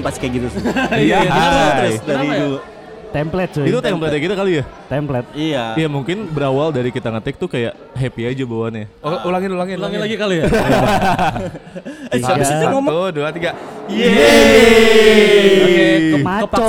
pasti kayak gitu. Iya. Terus dari dulu. Template cuy. Itu template kita kali ya? Template. Iya. Iya mungkin berawal dari kita ngetik tuh kayak happy aja bawaannya. Ulangin lagi kali ya. Siapa sih yang ngomong? 1, 2, 3. Oke, maco.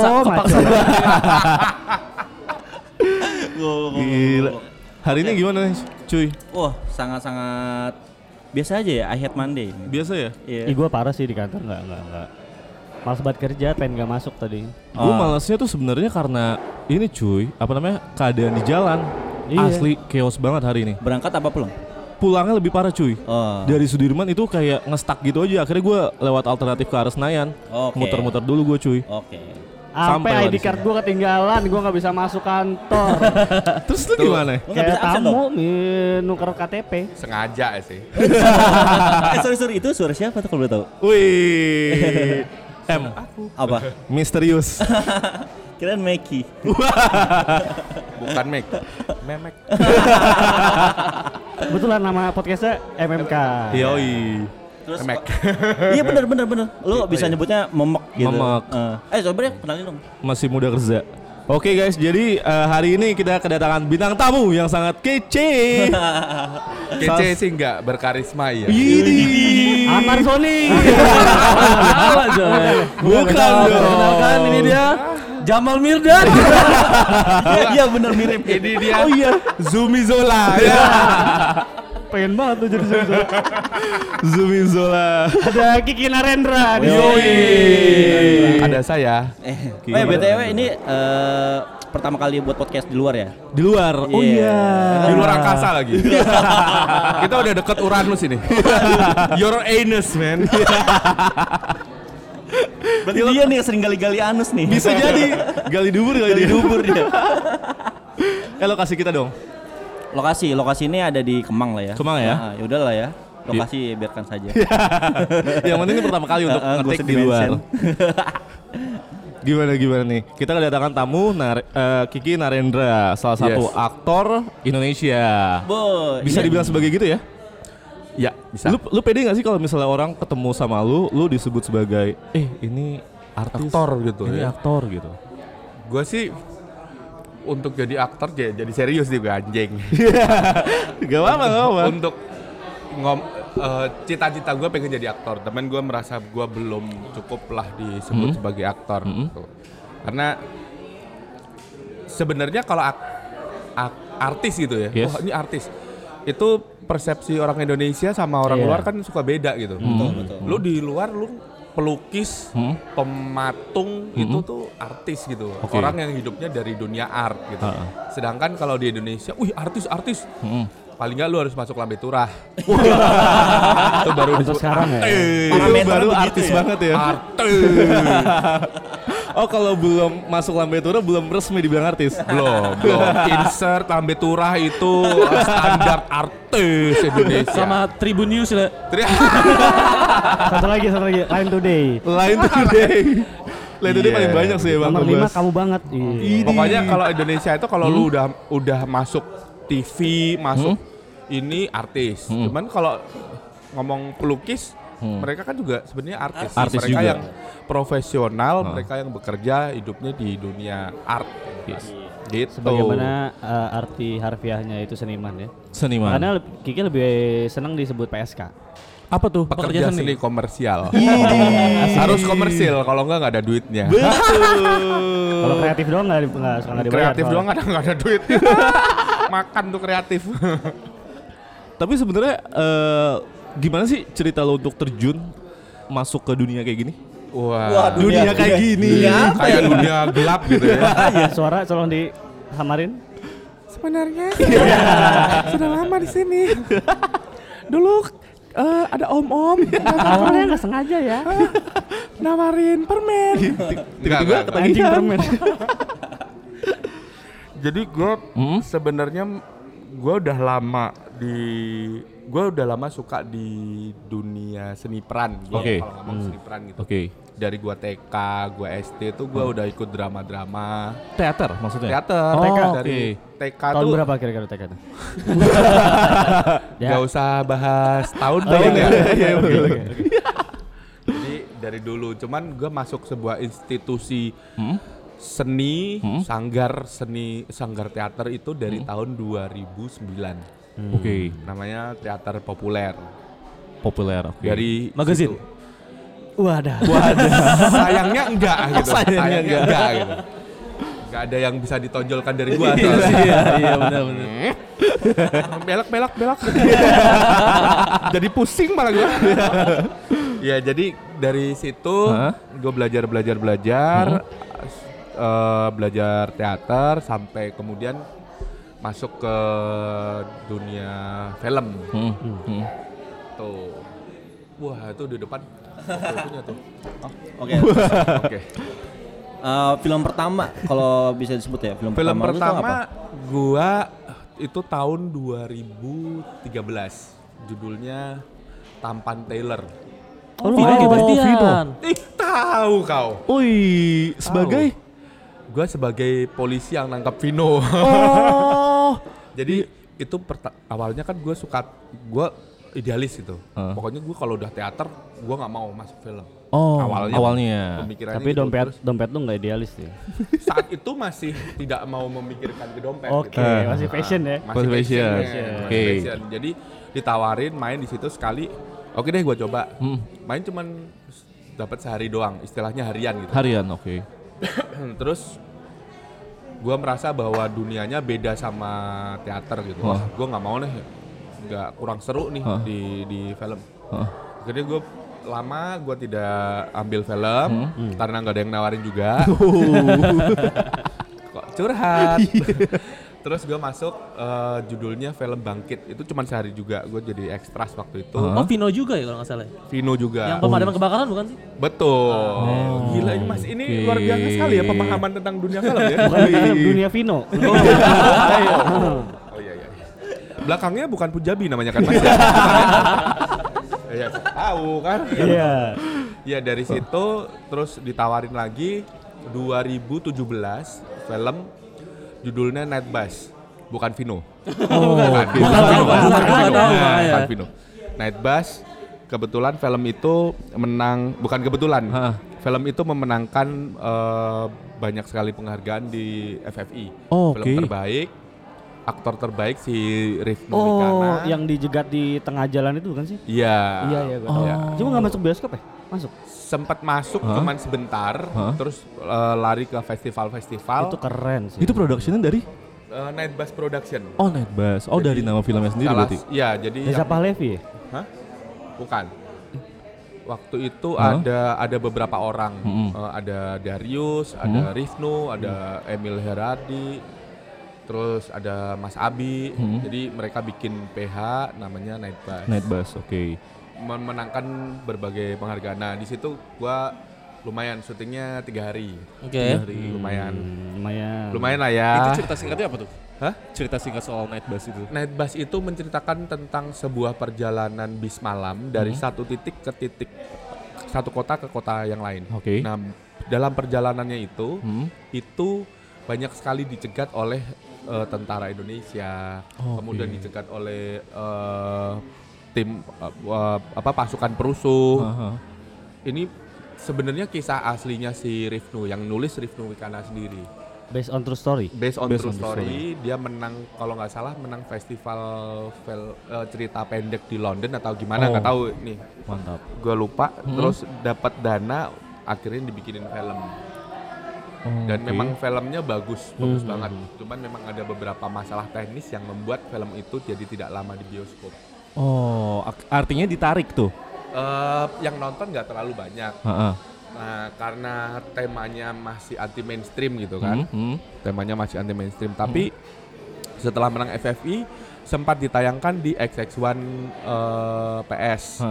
Gila. Hari ini gimana nih cuy? Wah, sangat-sangat biasa aja ya, I hate Monday. Biasa ya? Iya. Ih, gue parah sih di kantor enggak. Males banget kerja, pengen gak masuk tadi. Gue malasnya tuh sebenarnya karena ini cuy, apa namanya, keadaan di jalan. Iya. Asli chaos banget hari ini. Berangkat apa pulang? Pulangnya lebih parah cuy. Oh. Dari Sudirman itu kayak ngestak gitu aja. Akhirnya gue lewat alternatif ke arah Senayan. Oke. Muter-muter dulu gue cuy. Oke. Sampai Sampai lah ID di card sini. gue ketinggalan, gue gak bisa masuk kantor. Terus lu gimana? Lu nggak bisa Kayak absen tamu nuker KTP. Sengaja sih. Sorry, itu suara siapa tuh kalau boleh tahu? Wih. Apa? Misterius. Kirain Meki. Bukan Memek. Kebetulan nama podcastnya MMK. Yoi. Terus Memek. Iya benar. Lu bisa nyebutnya memek gitu. Memek. Coba ya kenalin dong. Masih muda kerja. Oke guys, jadi hari ini kita kedatangan bintang tamu yang sangat kece. Kece sih enggak berkarisma ya. Amar Sony. Salah coy. Bukan dong. Kenalkan ini dia Jamal Mirdad. Iya benar mirip. Ini dia. Oh iya, Zumi Zola. Pengen banget tuh jadi Zola. Zumi Zola. Ada Kiki Narendra di Yoi. sini. Ada saya. BTW ini pertama kali buat podcast di luar ya? Di luar. Oh iya. Di luar angkasa lagi. Kita udah deket Uranus ini. Your anus man. Berarti dia nih sering gali-gali anus nih. Bisa jadi gali dubur gali dubur dia. Lokasi kita dong. Lokasi ini ada di Kemang lah ya. Kemang ya? Nah, ya udahlah ya. Lokasi biarkan saja. Yang penting ini pertama kali untuk Gua ngetik usah di luar. di-mention. Gimana nih? Kita kedatangan tamu Kiki Narendra, salah satu Yes. aktor Indonesia. Boy, Bisa dibilang sebagai gitu ya? Ya, bisa. Lu pede gak sih kalau misalnya orang ketemu sama lu disebut sebagai ini artis, Aktor gitu ini ya. aktor gitu. Gue sih untuk jadi aktor jadi serius juga anjing. Gak apa-apa. Untuk cita-cita gue pengen jadi aktor, temen gue merasa gue belum cukup lah disebut sebagai aktor gitu. Karena sebenarnya kalau artis gitu ya, Yes. oh ini artis, itu persepsi orang Indonesia sama orang Iya. luar kan suka beda gitu. Betul. Lu di luar lu pelukis, pematung itu tuh artis gitu. Oke. Orang yang hidupnya dari dunia art gitu. Sedangkan kalau di Indonesia, wih artis. Paling nggak lu harus masuk lambe turah. Itu baru Untuk disebut sekarang ya. Itu Parameter baru begitu artis ya? banget ya. artis. Oh kalau belum masuk lambe turah belum resmi dibilang artis. belum. Insert lambe turah itu standar artis Indonesia. Sama Tribun News lah. Satu lagi Line Today. Lain today. Lain today Iya. paling banyak sih emang. Nomor 5 ngebahas. kamu banget. Iya. Pokoknya kalau Indonesia itu kalau lu udah masuk TV, masuk ini artis. Cuman kalau ngomong pelukis, mereka kan juga sebenarnya artis. Artis Mereka juga. yang profesional, mereka yang bekerja hidupnya di dunia art. Gitu. Sebagaimana arti harfiahnya itu seniman ya. Seniman. Karena Kiki lebih senang disebut PSK. Apa tuh? pekerja seni komersial. Harus komersil, kalau enggak ada duitnya. Kalau kreatif doang nggak suka nggak dibayar. Kreatif doang nggak ada duit. Makan tuh kreatif. Tapi sebenarnya gimana sih cerita lo untuk terjun masuk ke dunia kayak gini? Wah, Dunia kayak gini. kayak dunia gelap gitu ya. Iya, suara tolong disamarin. Sebenarnya sudah lama di sini. Dulu ada om-om Awalnya nggak sengaja ya. nawarin permen. Tiba-tiba Anjing permen. Jadi gue sebenarnya gue udah lama suka di dunia seni peran. Oke. Kalau ngomong seni peran gitu. Oke. Dari gue TK, gue SD tuh gue udah ikut drama-drama. Teater maksudnya? Teater. Oh, Dari oke. TK Tahun tuh berapa kira-kira TK itu? gak usah bahas tahun Oh, ya. iya, oke. Jadi dari dulu. Cuman gue masuk sebuah institusi seni, sanggar teater itu dari tahun 2009. Oke. Namanya Teater Populer. Populer. Oke. Dari Magazine? situ. Wadah. Sayangnya enggak gitu. Sayangnya enggak gitu. Enggak ada yang bisa ditonjolkan dari gua. Iya benar. Belak. Jadi pusing malah gua. Ya jadi dari situ gua belajar, belajar teater sampai kemudian masuk ke dunia film. Tuh. Wah, itu di depan punya tuh. Oke. Oke. Film pertama kalau bisa disebut ya, film Film pertama lu tuh apa? pertama gua itu tahun 2013. Judulnya Tampan Taylor. Oh, lu Vino main Gebastian. Ih, tahu kau. Oi, sebagai Gua sebagai polisi yang nangkap Vino. Jadi itu awalnya kan gue idealis gitu. Pokoknya gue kalau udah teater, gue nggak mau masuk film. awalnya. Pemikirannya Tapi gitu. dompet lu nggak idealis ya. Saat itu masih tidak mau memikirkan ke dompet. Oke, gitu. masih passion ya. Masih Passion. Oke. passion. Jadi ditawarin main di situ sekali. Oke deh, gue coba. Main cuman dapat sehari doang, istilahnya harian gitu. Harian, oke. Terus gue merasa bahwa dunianya beda sama teater gitu. Wah, gue nggak mau nih, nggak kurang seru nih di film. Jadi gue lama gue tidak ambil film karena nggak ada yang nawarin juga. Kok curhat. Terus gue masuk judulnya film Bangkit. Itu cuma sehari juga, gue jadi ekstras waktu itu. Oh Vino juga ya kalau nggak salah. Vino juga. Yang pemadaman kebakaran bukan sih? Betul. Gila ini Mas, ini luar biasa sekali ya pemahaman tentang dunia film ya. Bukan film, dunia Vino. Oh iya. Belakangnya bukan Punjabi namanya kan Mas. Iya, tahu kan. Iya. Ya dari situ terus ditawarin lagi 2017 film judulnya Night Bus. Bukan Vino. Bukan Vino. Night Bus. Kebetulan film itu menang, bukan kebetulan. Film itu memenangkan banyak sekali penghargaan di FFI. Film terbaik, aktor terbaik si Rifnu Wicana. Yang dijegat di tengah jalan itu bukan sih? Iya. Iya, gue tahu. Cuma nggak masuk bioskop ya? Masuk. Sempat masuk cuman sebentar, terus lari ke festival-festival. Itu keren sih. Itu produksinya dari? Night Bus Production. Oh, Night Bus. Oh, dari nama filmnya sendiri berarti? Iya, jadi Reza Pahlavi ya? Hah? Bukan. Waktu itu ada beberapa orang, ada Darius, ada Rifnu, ada Emil Herardi, terus ada Mas Abi. Jadi mereka bikin PH namanya Night Bus. Night Bus, oke. Memenangkan berbagai penghargaan. Nah di situ gua lumayan syutingnya 3 hari. Oke. 3 hari lumayan. Lumayan Lah ya. Itu cerita singkatnya apa tuh? Hah? Cerita singkat soal Night Bus itu? Night Bus itu menceritakan tentang sebuah perjalanan bis malam dari satu titik ke titik, satu kota ke kota yang lain. Oke. Nah dalam perjalanannya itu banyak sekali dicegat oleh tentara Indonesia, kemudian dicegat oleh tim pasukan perusuh. Ini sebenarnya kisah aslinya si Rifnu, yang nulis Rifnu Wicana sendiri. based on true story. Based on true story, dia menang, kalau nggak salah menang festival cerita pendek di London atau gimana, nggak tahu nih. Mantap. Gue lupa. Terus dapat dana, akhirnya dibikinin film. Dan memang filmnya bagus banget. Cuman memang ada beberapa masalah teknis yang membuat film itu jadi tidak lama di bioskop. Oh, artinya ditarik tuh? Yang nonton nggak terlalu banyak. Nah, karena temanya masih anti mainstream gitu kan. Temanya masih anti mainstream. Tapi setelah menang FFI sempat ditayangkan di XX1 PS.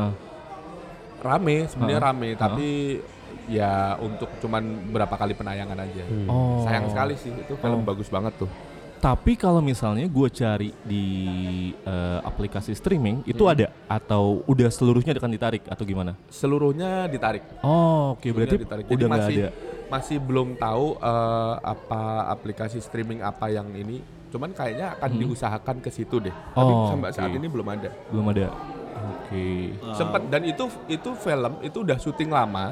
Rame, sebenarnya rame, tapi ya untuk cuman berapa kali penayangan aja. Sayang sekali sih, itu film bagus banget tuh. Tapi kalau misalnya gue cari di aplikasi streaming itu ada atau udah seluruhnya akan ditarik atau gimana? Seluruhnya ditarik. Oh, oke, berarti ditarik. udah nggak ada. Masih belum tahu apa aplikasi streaming apa yang ini. Cuman kayaknya akan diusahakan ke situ deh. Tapi sampai saat ini belum ada. Belum ada. Oke. Oke. Sempet, dan itu film itu udah syuting lama.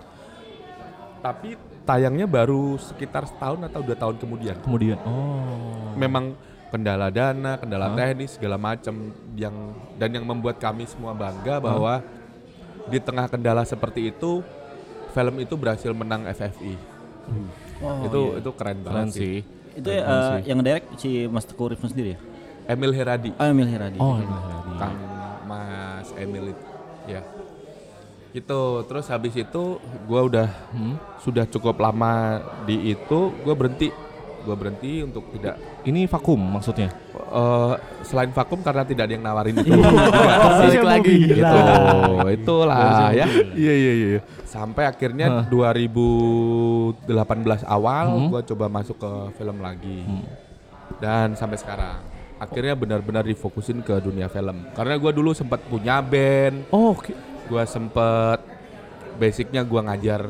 Tapi tayangnya baru sekitar setahun atau 2 tahun kemudian. Memang kendala dana, kendala teknis segala macam yang membuat kami semua bangga bahwa di tengah kendala seperti itu film itu berhasil menang FFI. Itu keren banget sih. Itu yang direct si Mas Teguh Rifnu sendiri ya? Emil Heradi. Emil Heradi. Kang Mas Emil itu. Ya. Gitu. Terus habis itu gue udah sudah cukup lama di itu, gue berhenti untuk tidak. Ini vakum maksudnya? Selain vakum karena tidak ada yang nawarin itu. Balik lagi gitu. Itulah ya. Iya. Sampai akhirnya 2018 awal gue coba masuk ke film lagi. Dan sampai sekarang akhirnya benar-benar difokusin ke dunia film. Karena gue dulu sempat punya band. Gue sempet basicnya gue ngajar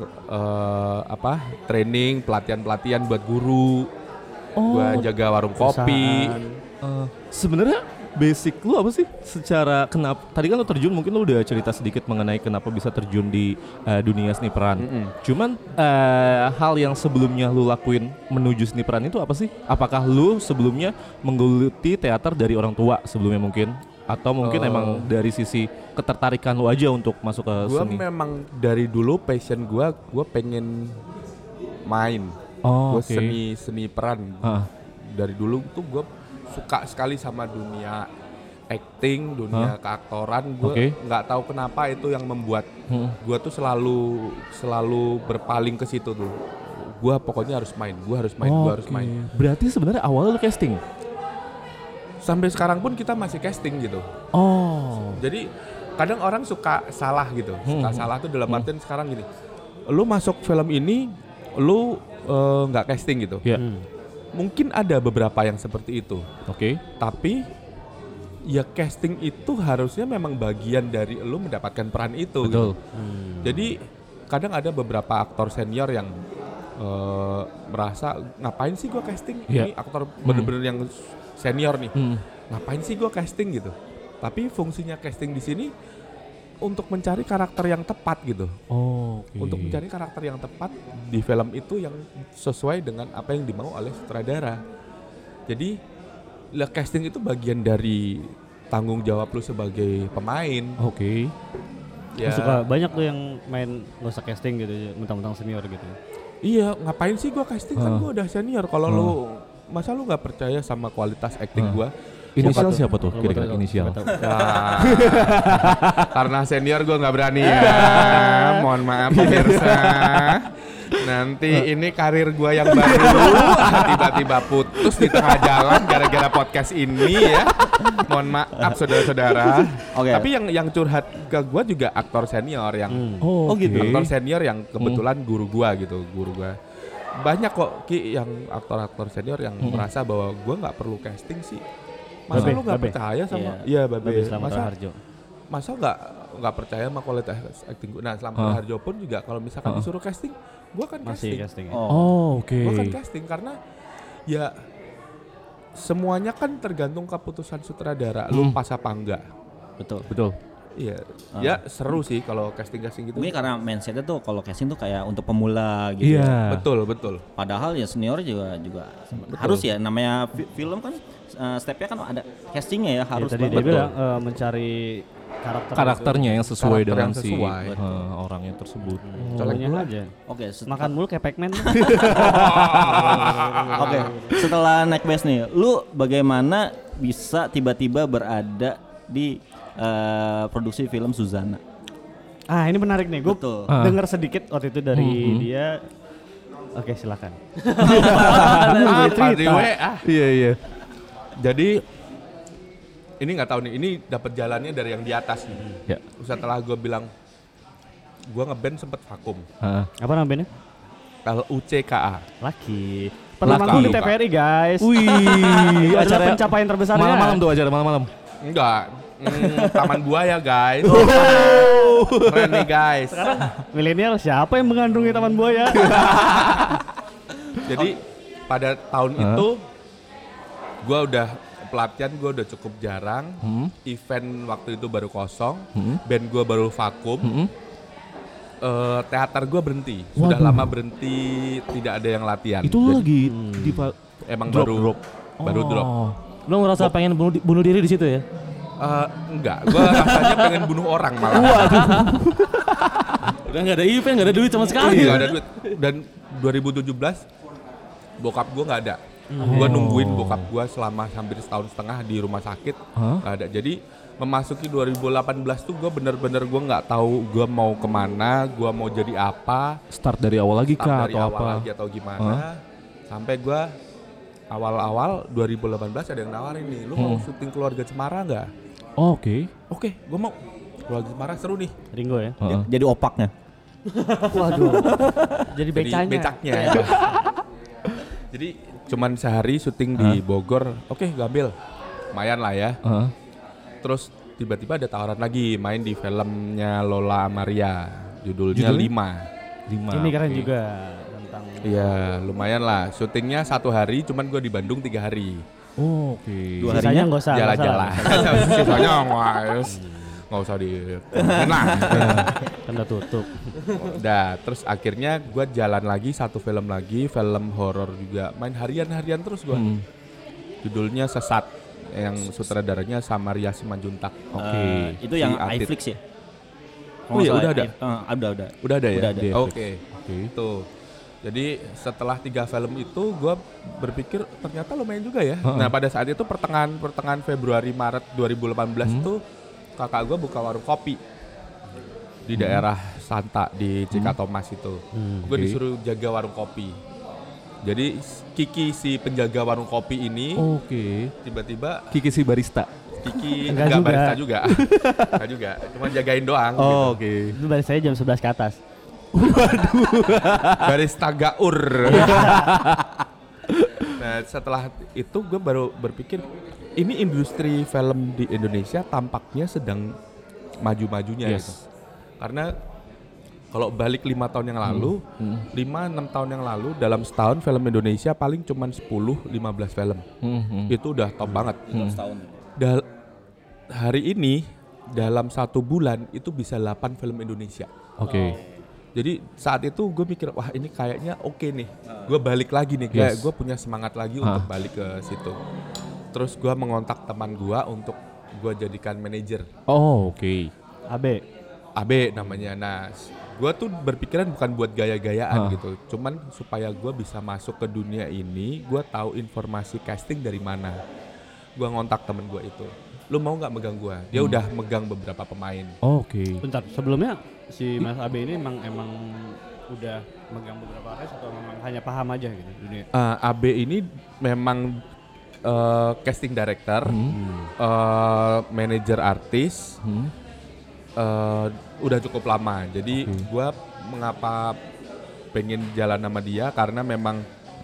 training, pelatihan buat guru. Gue jaga warung kopi. Sebenarnya basic lu apa sih? Secara kenapa? Tadi kan lu terjun, mungkin lu udah cerita sedikit mengenai kenapa bisa terjun di dunia seni peran. Cuman hal yang sebelumnya lu lakuin menuju seni peran itu apa sih? Apakah lu sebelumnya menggeluti teater dari orang tua sebelumnya mungkin? Atau mungkin emang dari sisi ketertarikan lu aja untuk masuk ke seni? Gue memang dari dulu passion gue pengen main. Gue seni peran. Dari dulu tuh gue suka sekali sama dunia acting, dunia keaktoran. Gue nggak tahu kenapa itu yang membuat gue tuh selalu berpaling ke situ tuh. Gue pokoknya harus main. Berarti sebenarnya awalnya lu casting? Sampai sekarang pun kita masih casting gitu. Jadi kadang orang suka salah gitu. Salah tuh dalam artian sekarang gini. Lu masuk film ini, lu nggak casting gitu. Mungkin ada beberapa yang seperti itu. Tapi ya casting itu harusnya memang bagian dari lu mendapatkan peran itu. Gitu. Jadi kadang ada beberapa aktor senior yang merasa ngapain sih gua casting? Ini aktor bener-bener yang senior nih, ngapain sih gue casting gitu? Tapi fungsinya casting di sini untuk mencari karakter yang tepat gitu. Untuk mencari karakter yang tepat di film itu yang sesuai dengan apa yang dimau oleh sutradara. Jadi, casting itu bagian dari tanggung jawab lu sebagai pemain. Ya. Suka banyak tuh yang main nggak usah casting gitu, mentang-mentang senior gitu. Iya, ngapain sih gue casting? Kan gue udah senior. Kalau lu masa lu nggak percaya sama kualitas acting gua? Inisial siapa tuh? Kira-kira inisial. Karena senior gua nggak berani ya. Mohon maaf pemirsa. Nanti ini karir gua yang baru tiba-tiba putus di tengah jalan gara-gara podcast ini ya. Mohon maaf saudara-saudara. Tapi yang curhat ke gua juga aktor senior yang gitu. Aktor senior yang kebetulan guru gua. Banyak kok Ki yang aktor-aktor senior yang merasa bahwa gue nggak perlu casting sih. Masa lu nggak percaya sama? Iya, Babe. Masa nggak percaya sama kualitas acting gue? Nah, Slamet Harjo pun juga kalau misalkan disuruh casting, gue kan casting. Gue kan casting karena ya semuanya kan tergantung keputusan sutradara. Lu pas apa enggak? Betul. Iya, ya seru sih kalau casting gitu. Mungkin karena mindsetnya tuh kalau casting tuh kayak untuk pemula gitu. Iya. Betul. Padahal ya senior juga harus ya, namanya film kan stepnya kan ada castingnya ya, harus. Tadi dia bilang mencari karakternya yang sesuai dengan si orangnya tersebut. Contohnya aja. Makan mulu kayak Pac-Man. Setelah naik base nih, lu bagaimana bisa tiba-tiba berada di produksi film Suzana? Ini menarik nih, gue dengar sedikit waktu itu dari dia. Oke, silakan. Iya. Jadi ini nggak tahu nih, ini dapat jalannya dari yang di atas nih. Setelah gue bilang gue ngeband sempet vakum. Apa nama bandnya? LUCKA. Laki. Pernah manggung di TVRI guys. Wih, acara pencapaian terbesarnya. Malam-malam tuh acara malam-malam. Enggak. Taman Buaya guys. Keren nih guys. Sekarang milenial siapa yang mengandungi Taman Buaya? Jadi pada tahun itu gue udah pelatihan gue udah cukup jarang. Event waktu itu baru kosong. Band gue baru vakum. Teater gue berhenti. Sudah lama berhenti, tidak ada yang latihan. Itu lu lagi di emang drop. baru drop. Lo ngerasa pengen bunuh diri di situ ya? Enggak, gue rasanya pengen bunuh orang malah. Udah nggak ada event, nggak ada duit sama sekali. Nggak ada duit. Dan 2017 bokap gue nggak ada. Gue nungguin bokap gue selama hampir setahun setengah di rumah sakit, nggak ada. Jadi memasuki 2018 tuh gue bener-bener gue nggak tahu gue mau kemana, gue mau jadi apa. Start dari awal lagi kah dari atau awal apa? lagi atau gimana? Sampai gue awal-awal 2018 ada yang nawarin nih, lu mau syuting Keluarga Cemara nggak? Oke. Oke, gue mau. Keluarga Cemara seru nih. Ringo ya. Jadi opaknya. Waduh. Jadi becanya. Becaknya. Jadi cuman sehari syuting di Bogor. Oke, gambil. Lumayan lah ya. Terus tiba-tiba ada tawaran lagi main di filmnya Lola Amaria. Judulnya 5. Ini keren juga tentang. Iya, lumayan lah. Syutingnya 1 hari, cuman gue di Bandung 3 hari. Oke. 2 Sisanya harinya nggak usah. Jalan-jalan. Sisanya nggak usah di. Nah, Kan udah tutup. udah. Terus akhirnya gue jalan lagi 1 film lagi, film horor juga. Main harian terus gue. Judulnya Sesat, yang sutradaranya Samaria Simanjuntak. Oke. Itu yang iFlix ya? Oh iya, udah ada. Udah. Udah ada ya? Udah ada. Oke. Itu. Jadi setelah 3 film itu gue berpikir ternyata lumayan juga ya. Nah pada saat itu pertengahan Februari Maret 2018 itu kakak gue buka warung kopi di daerah Santa di Cikatomas itu. Gue disuruh jaga warung kopi. Jadi Kiki si penjaga warung kopi ini tiba-tiba Kiki si barista. Kiki Enggak enggak juga. barista juga. Enggak juga, cuma jagain doang gitu. Itu balik saya jam 11 ke atas. Barista gaur. Nah setelah itu gue baru berpikir ini industri film di Indonesia tampaknya sedang maju-majunya gitu. Karena kalau balik 5 tahun yang lalu, 5-6 tahun yang lalu dalam setahun film Indonesia paling cuman 10-15 film. Itu udah top banget. Hari ini dalam 1 bulan itu bisa 8 film Indonesia. Jadi saat itu gue mikir wah ini kayaknya oke nih, gue balik lagi nih, kayak gue punya semangat lagi untuk balik ke situ. Terus gue mengontak teman gue untuk gue jadikan manajer. AB namanya. Nah gue tuh berpikiran bukan buat gaya-gayaan gitu, cuman supaya gue bisa masuk ke dunia ini, gue tahu informasi casting dari mana. Gue ngontak temen gue itu, lu mau nggak megang gue? Dia udah megang beberapa pemain. Bentar, sebelumnya si Mas Abe ini emang udah megang beberapa artis atau memang hanya paham aja gitu dunia? AB ini memang casting director, manajer artis, udah cukup lama. Jadi gue mengapa pengen jalan sama dia karena memang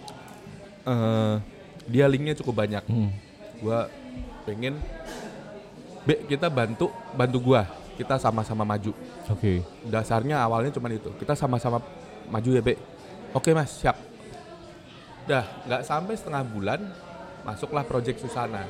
dia linknya cukup banyak. Gue pengen kita bantu gue, kita sama-sama maju. Dasarnya awalnya cuma itu, kita sama-sama maju ya Oke mas, siap. Dah nggak sampai setengah bulan masuklah project Susana.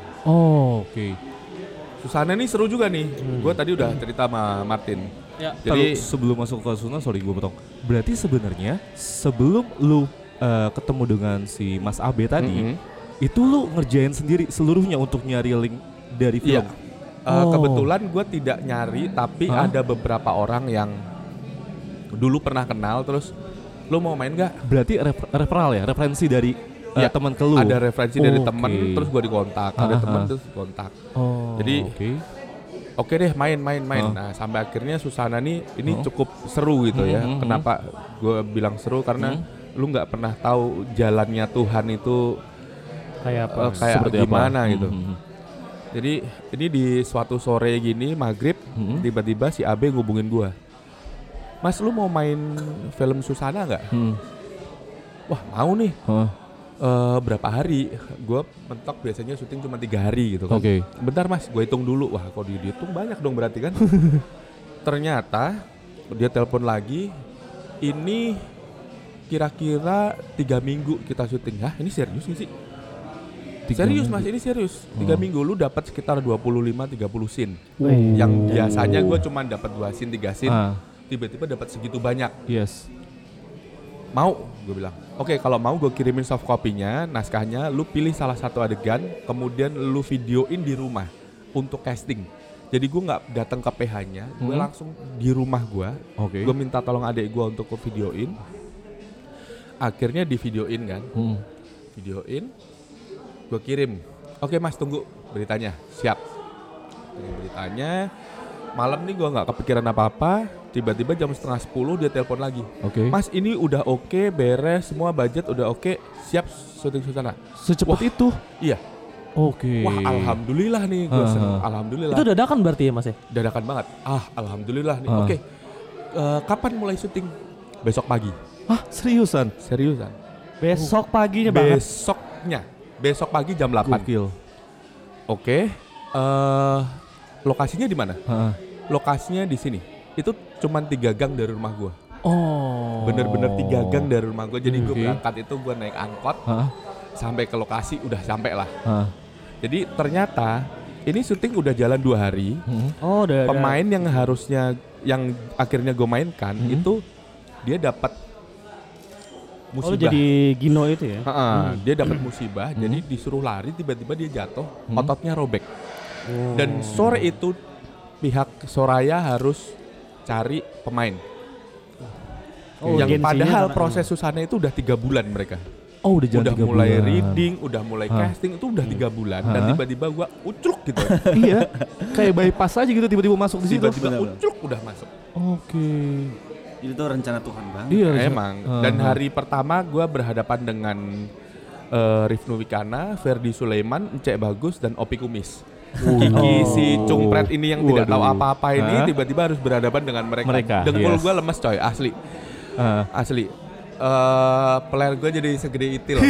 Susana ini seru juga nih. Gue tadi udah cerita sama Martin. Ya. Jadi sebelum masuk ke Susana, sorry gue potong. Berarti sebenarnya sebelum lu ketemu dengan si Mas Abe tadi, itu lu ngerjain sendiri seluruhnya untuk nyari link dari film? Kebetulan gue tidak nyari, tapi ada beberapa orang yang dulu pernah kenal, terus lu mau main gak? Berarti referral ya, referensi dari teman ke lu? Ada referensi dari teman, terus gue dikontak, ada teman terus kontak. Jadi oke deh main. Nah sampai akhirnya Susana nih ini cukup seru gitu ya. Kenapa gue bilang seru? Karena lu nggak pernah tahu jalannya Tuhan itu Kayak apa? kayak gimana gitu. Jadi ini di suatu sore gini maghrib tiba-tiba si Abe ngubungin gue, Mas lu mau main film Susana nggak? Wah mau nih. Berapa hari? Gue mentok biasanya syuting cuma 3 hari gitu kan. Bentar mas, gue hitung dulu. Wah kalau dihitung banyak dong berarti kan. Ternyata dia telepon lagi, ini kira-kira 3 minggu kita syuting. Hah ini serius gak sih? Serius mas, ini serius. 3 minggu lu dapat sekitar 25-30 scene. Wih. Yang biasanya gue cuma dapat 2 scene, 3 scene. Tiba-tiba dapat segitu banyak. Yes. Mau, gue bilang. Oke, kalau mau gue kirimin soft copy-nya, naskahnya, lu pilih salah satu adegan, kemudian lu videoin di rumah untuk casting. Jadi gue nggak datang ke PH-nya, gue langsung di rumah gue. Oke. Gue minta tolong adik gue untuk ke videoin. Akhirnya di videoin kan. Videoin, gue kirim. Oke mas, tunggu beritanya. Siap. Tunggu beritanya. Malam nih gue nggak kepikiran apa-apa. Tiba-tiba jam 9:30 dia telepon lagi. Oke. Mas ini udah oke, beres, semua budget udah oke, siap syuting Susana. Secepat itu? Iya. Oke. Wah alhamdulillah nih, gue seneng. Alhamdulillah. Itu dadakan berarti ya mas ya? Dadakan banget. Alhamdulillah nih. Oke. Kapan mulai syuting? Besok pagi. Hah, seriusan? Seriusan. Besok paginya banget. Besok pagi jam 8. Gokil. Oke. Lokasinya di mana? Lokasinya di sini. Itu cuman 3 gang dari rumah gua. Oh. Bener-bener 3 gang dari rumah gua. Jadi gua berangkat itu gua naik angkot sampai ke lokasi udah sampai lah. Jadi ternyata ini syuting udah jalan 2 hari. Oh, udah. Pemain yang harusnya yang akhirnya gua mainkan itu dia dapat musibah. Oh, jadi Gino itu ya? Dia dapat musibah, jadi disuruh lari, tiba-tiba dia jatuh, ototnya robek. Dan sore itu pihak Soraya harus cari pemain. Yang padahal proses Susana itu udah 3 bulan mereka. Oh, udah mulai reading, udah mulai casting, itu udah 3 bulan. Dan tiba-tiba gua ucruk gitu. Iya, kayak bypass aja gitu tiba-tiba masuk di situ. Tiba-tiba ucruk udah masuk. Oke. Itu rencana Tuhan banget. Iya, Emang. Dan hari pertama gue berhadapan dengan Rifnu Wikana, Ferdi Sulaiman, Encek Bagus, dan Opi Kumis. Kiki si Cungpret ini yang tidak tahu apa-apa ini tiba-tiba harus berhadapan dengan mereka. Dengkul gue lemes coy, asli. Asli. Peler gue jadi segede itil.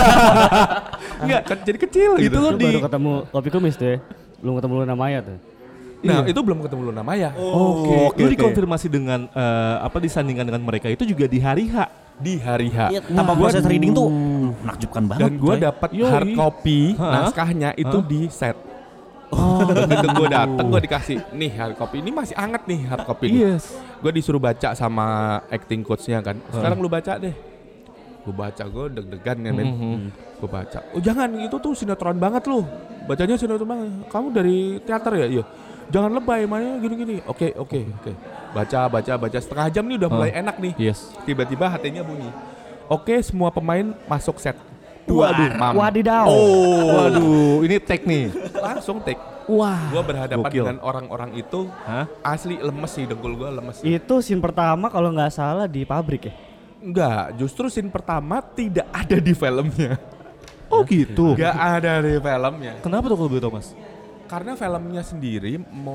Enggak, jadi kecil gitu. Itu lo baru ketemu Opi Kumis tuh ya? Belum ketemu Luna Maya tuh? Nah itu belum ketemu Luna Maya. Oke. Lu dikonfirmasi dengan disandingkan dengan mereka itu juga di hari H. Di hari H. Iya, tanpa proses reading tuh menakjubkan banget. Dan gue dapat hard copy naskahnya itu di set. Begitu gue dateng gue dikasih nih hard copy, ini masih anget nih hard copy ini. Gue disuruh baca sama acting coachnya kan. Sekarang lu baca deh. Gue baca, gue deg-degan kan men. Gue baca. Oh jangan, itu tuh sinetron banget lu. Bacanya sinetron banget. Kamu dari teater ya? Iya. Jangan lebay, mainnya gini-gini. Oke. Baca. Setengah jam nih udah mulai enak nih. Tiba-tiba hatinya bunyi. Oke, semua pemain masuk set. Waduh, wadidaw. Waduh, ini take nih. Langsung take. Wah. Gue berhadapan Gokil. dengan orang-orang itu. Asli lemes sih, dengkul gue lemes. Itu scene pertama kalau nggak salah di pabrik ya? Enggak, justru scene pertama tidak ada di filmnya. Oh gitu. Enggak ada di filmnya. Kenapa tuh kalau boleh tahu Mas? Karena filmnya sendiri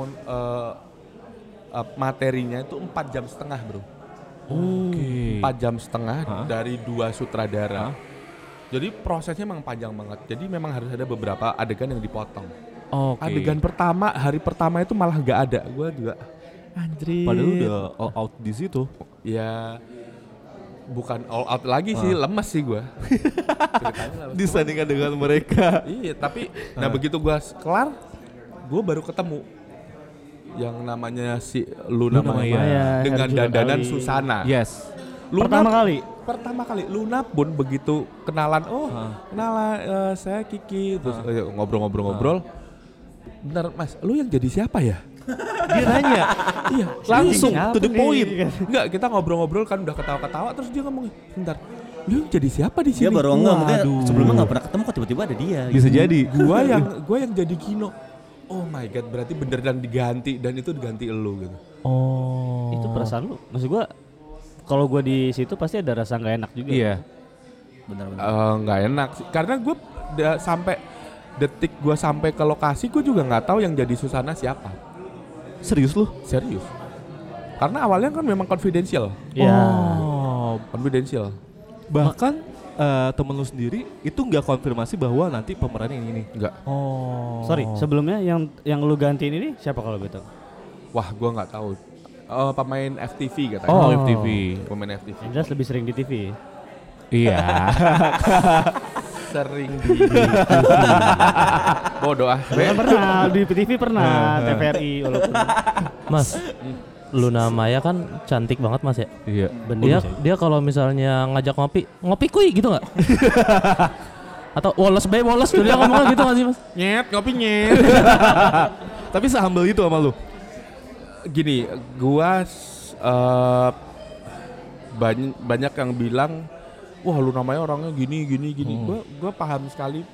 materinya itu 4,5 jam bro. Oke. 4,5 jam dari 2 sutradara. Jadi prosesnya memang panjang banget. Jadi memang harus ada beberapa adegan yang dipotong. Adegan pertama, hari pertama itu malah nggak ada. Gue juga anjir. Padahal udah all out di situ. Ya bukan all out lagi sih, lemes sih gue. Disandingkan dengan mereka. Iya, tapi nah begitu gue kelar, gue baru ketemu yang namanya si Luna Maya dengan dandanan Susana. Yes. Luna, Pertama kali Luna pun begitu kenalan, saya Kiki, terus ngobrol-ngobrol. Bentar Mas, lu yang jadi siapa ya? Dia nanya. Iya, langsung to the point. Enggak, kita ngobrol-ngobrol kan udah ketawa-ketawa, terus dia ngomong, bentar, lu yang jadi siapa di sini? Dia baru enggak, mungkin sebelumnya nggak pernah ketemu kok tiba-tiba ada dia. Bisa jadi. Gua yang jadi Gino. Oh my god, berarti beneran diganti dan itu diganti elu gitu. Itu perasaan lu, maksud gua kalau gue di situ pasti ada rasa nggak enak juga. Iya. Benar-benar. Nggak enak sih, karena gue sampai detik gue sampai ke lokasi gue juga nggak tahu yang jadi Susana siapa. Serius lu? Serius. Karena awalnya kan memang confidential. Iya. Confidential. Bahkan temen lu sendiri itu nggak konfirmasi bahwa nanti pemerannya ini. Nggak. Sorry, sebelumnya yang lu gantiin ini siapa kalau betul? Wah, gue nggak tahu. Pemain FTV katanya. FTV. Pemain FTV. Yang jelas lebih sering di TV. Iya. sering di bodoh ah. Pernah di TV pernah TVRI walaupun. Mas, Luna Maya kan cantik banget Mas ya. Iya. Dia kalau misalnya ngajak ngopi kuy gitu nggak? Atau woles dia ngomongnya gitu nggak sih Mas? Nyet, ngopi nyet. Tapi sehumble itu sama lu. Gini, gua banyak yang bilang, wah lu namanya orangnya gini. Gua paham sekali,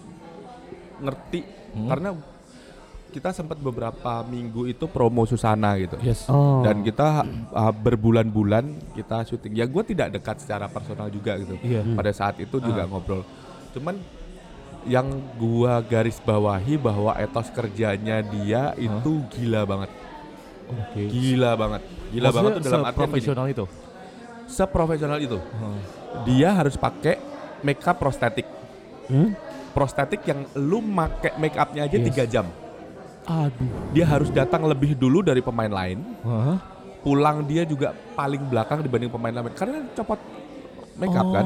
ngerti karena kita sempat beberapa minggu itu promo Susana gitu. Yes. Dan kita berbulan-bulan kita syuting. Ya gua tidak dekat secara personal juga gitu. Pada saat itu juga ngobrol. Cuman yang gua garis bawahi bahwa etos kerjanya dia itu gila banget. Gila banget tuh dalam artian profesional itu. Seprofesional itu. Dia harus pakai makeup prostetik. Prostetik yang lu make makeupnya aja 3 jam. Aduh. Dia harus datang lebih dulu dari pemain lain. Pulang dia juga paling belakang dibanding pemain lain karena copot makeup kan.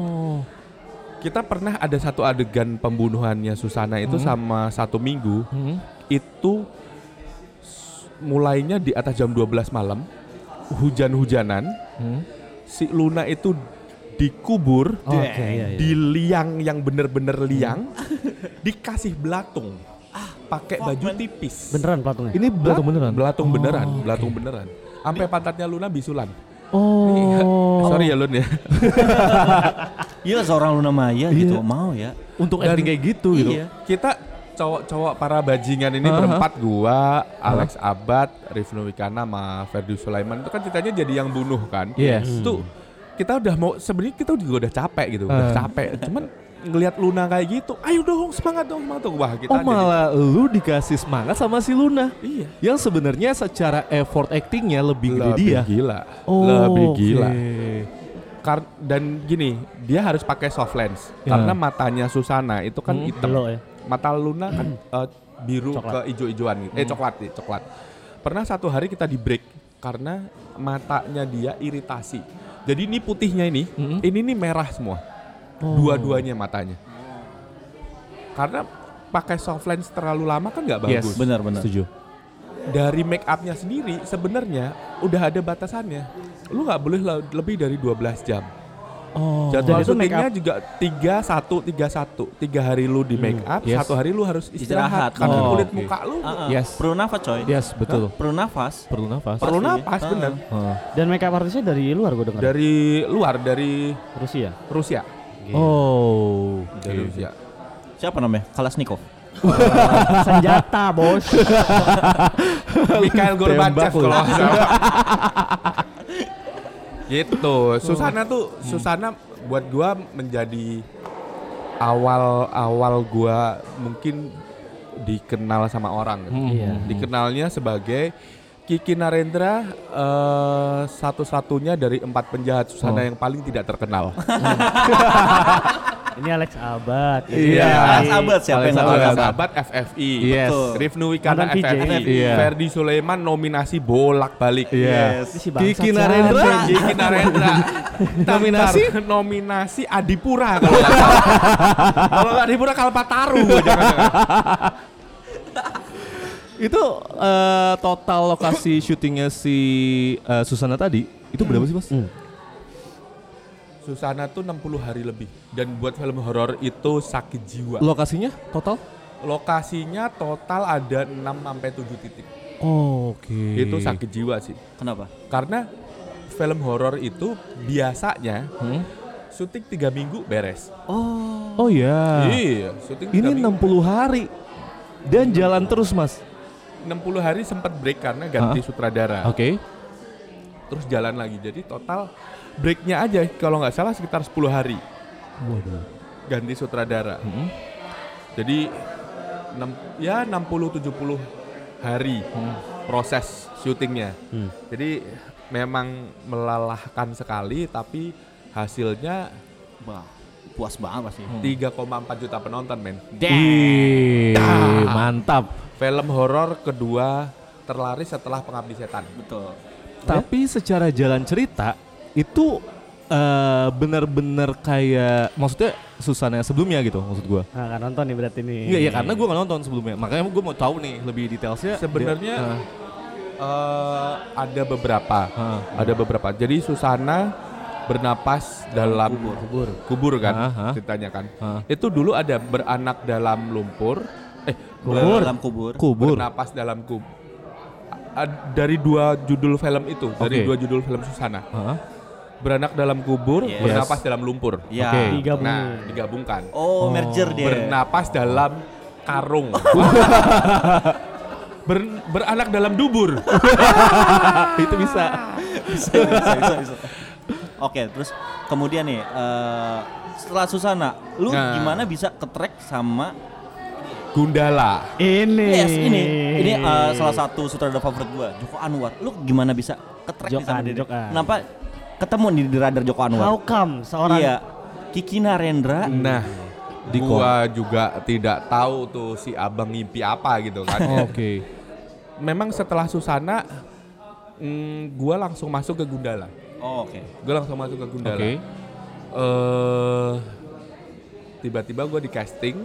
Kita pernah ada satu adegan pembunuhannya Susana itu sama 1 minggu. Itu mulainya di atas jam 12 malam. Hujan-hujanan. Si Luna itu dikubur di liang yang bener-bener liang. Dikasih belatung. Pakai baju tipis. Beneran pelatungnya? Ini belatung beneran? Belatung beneran. Sampai pantatnya Luna bisulan. Sorry ya Lun ya. Iya seorang Luna Maya gitu mau ya. Untuk acting kayak gitu gitu. Iya. Kita cowok-cowok para bajingan ini berempat, gua, Alex Abad, Rifnu Wikana sama Ferdi Sulaiman itu kan ceritanya jadi yang bunuh kan. Yes. Tuh kita udah mau, sebenarnya kita juga udah capek gitu, udah capek. Cuman ngelihat Luna kayak gitu, ayo dong semangat dong. Wah kita malah lu dikasih semangat sama si Luna. Iya. Yang sebenarnya secara effort actingnya lebih gede dia. Gila. Lebih gila. Dan gini, dia harus pakai soft lens karena matanya Susana itu kan hitam. Ya. Mata Luna kan biru ke ijo-ijoan gitu. Coklat. Pernah satu hari kita di break karena matanya dia iritasi. Jadi ini putihnya ini nih merah semua. Dua-duanya matanya. Karena pakai soft lens terlalu lama kan nggak bagus. Yes, benar. Setuju. Dari make upnya sendiri sebenarnya udah ada batasannya. Lu nggak boleh lebih dari 12 jam. Jadwal syutingnya juga 3-1. 3 hari lu di make up, 1 hari lu harus istirahat. Karena kulit muka lu Perlu nafas coy. Yes, betul. Perlu nafas. Perlu napas bener. Dan makeup artisnya dari luar gue dengar. Dari luar, dari Rusia. Dari Rusia. Siapa namanya? Kalashnikov. Senjata bos. Mikhail Gorbachev kalau nggak salah. Gitu. Susana buat gua menjadi awal gua mungkin dikenal sama orang. Dikenalnya sebagai Kiki Narendra, satu-satunya dari 4 penjahat Susana yang paling tidak terkenal. Ini Alex Abad. Iya. Alex Abad siapa yang nggak tahu? Alex Abad FFI. Yes. Rifnu Wikana Mantan VJ. FFI. Ferdi Sulaiman nominasi bolak-balik. Yes. Kiki Narendra. Nominasi Adipura kalau nggak salah. Kalau nggak Adipura Kalpataru. Itu total lokasi syutingnya si Susana tadi itu berapa sih Mas? Susana tuh 60 hari lebih. Dan buat film horor itu sakit jiwa. Lokasinya total? Lokasinya total ada 6-7 titik. Oke. Itu sakit jiwa sih. Kenapa? Karena film horor itu biasanya syuting 3 minggu beres. Oh ya. Iya, syuting 3 Ini minggu. 60 hari dan jalan terus Mas. 60 hari sempat break karena ganti sutradara. Oke. Terus jalan lagi. Jadi total breaknya aja kalau nggak salah sekitar 10 hari. Waduh. Ganti sutradara. Jadi 60-70 hari proses syutingnya. Jadi memang melelahkan sekali tapi hasilnya Puas banget pasti. 3,4 juta penonton men. Mantap. Film horor kedua terlaris setelah Pengabdi Setan. Betul. Tapi secara jalan cerita itu bener-bener kayak maksudnya Susana yang sebelumnya gitu maksud gua. Nah, nggak nonton nih berarti nih. Enggak ya karena gua nggak nonton sebelumnya. Makanya gua mau tahu nih lebih detailsnya. Sebenarnya ada beberapa. Jadi Susana bernapas dalam kubur kan ceritanya kan. Itu dulu ada beranak dalam lumpur. Dalam kubur. Bernapas dalam kubur. Dari 2 judul film itu, dari 2 judul film Susana. Beranak dalam kubur, bernapas dalam lumpur. Ya. Digabungkan. Oh, merger dia. Bernapas dalam karung. Beranak dalam dubur. Itu bisa. bisa. Oke, terus kemudian nih setelah Susana, lu gimana bisa ke-track sama Gundala? Ini salah satu sutradara favorit gua, Joko Anwar. Lu gimana bisa ke-track sama dia? Kenapa ketemu di radar Joko Anwar? How come seorang Kiki Narendra. Nah, gua juga tidak tahu tuh si abang ngimpi apa gitu kan. Oke. Memang setelah Susana, gua langsung masuk ke Gundala. Gue langsung masuk ke Gundala. Tiba-tiba gue di casting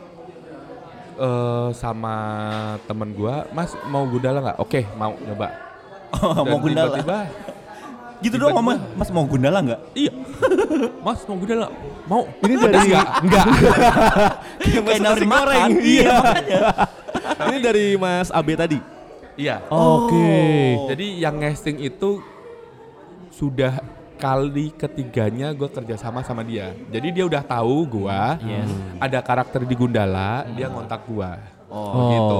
sama temen gue, Mas mau Gundala nggak? Oke, mau nyoba. Mau Gundala. Tiba-tiba gitu doang, Mas mau Gundala nggak? Iya. Mas mau Gundala? Mau. Ini dari enggak. Kayak nawarin makan. Iya. Ini dari Mas Abe tadi. Iya. Oke. Jadi yang casting itu sudah kali ketiganya gue kerjasama sama dia. Jadi dia udah tahu gue ada karakter di Gundala, dia ngontak gue. Gitu.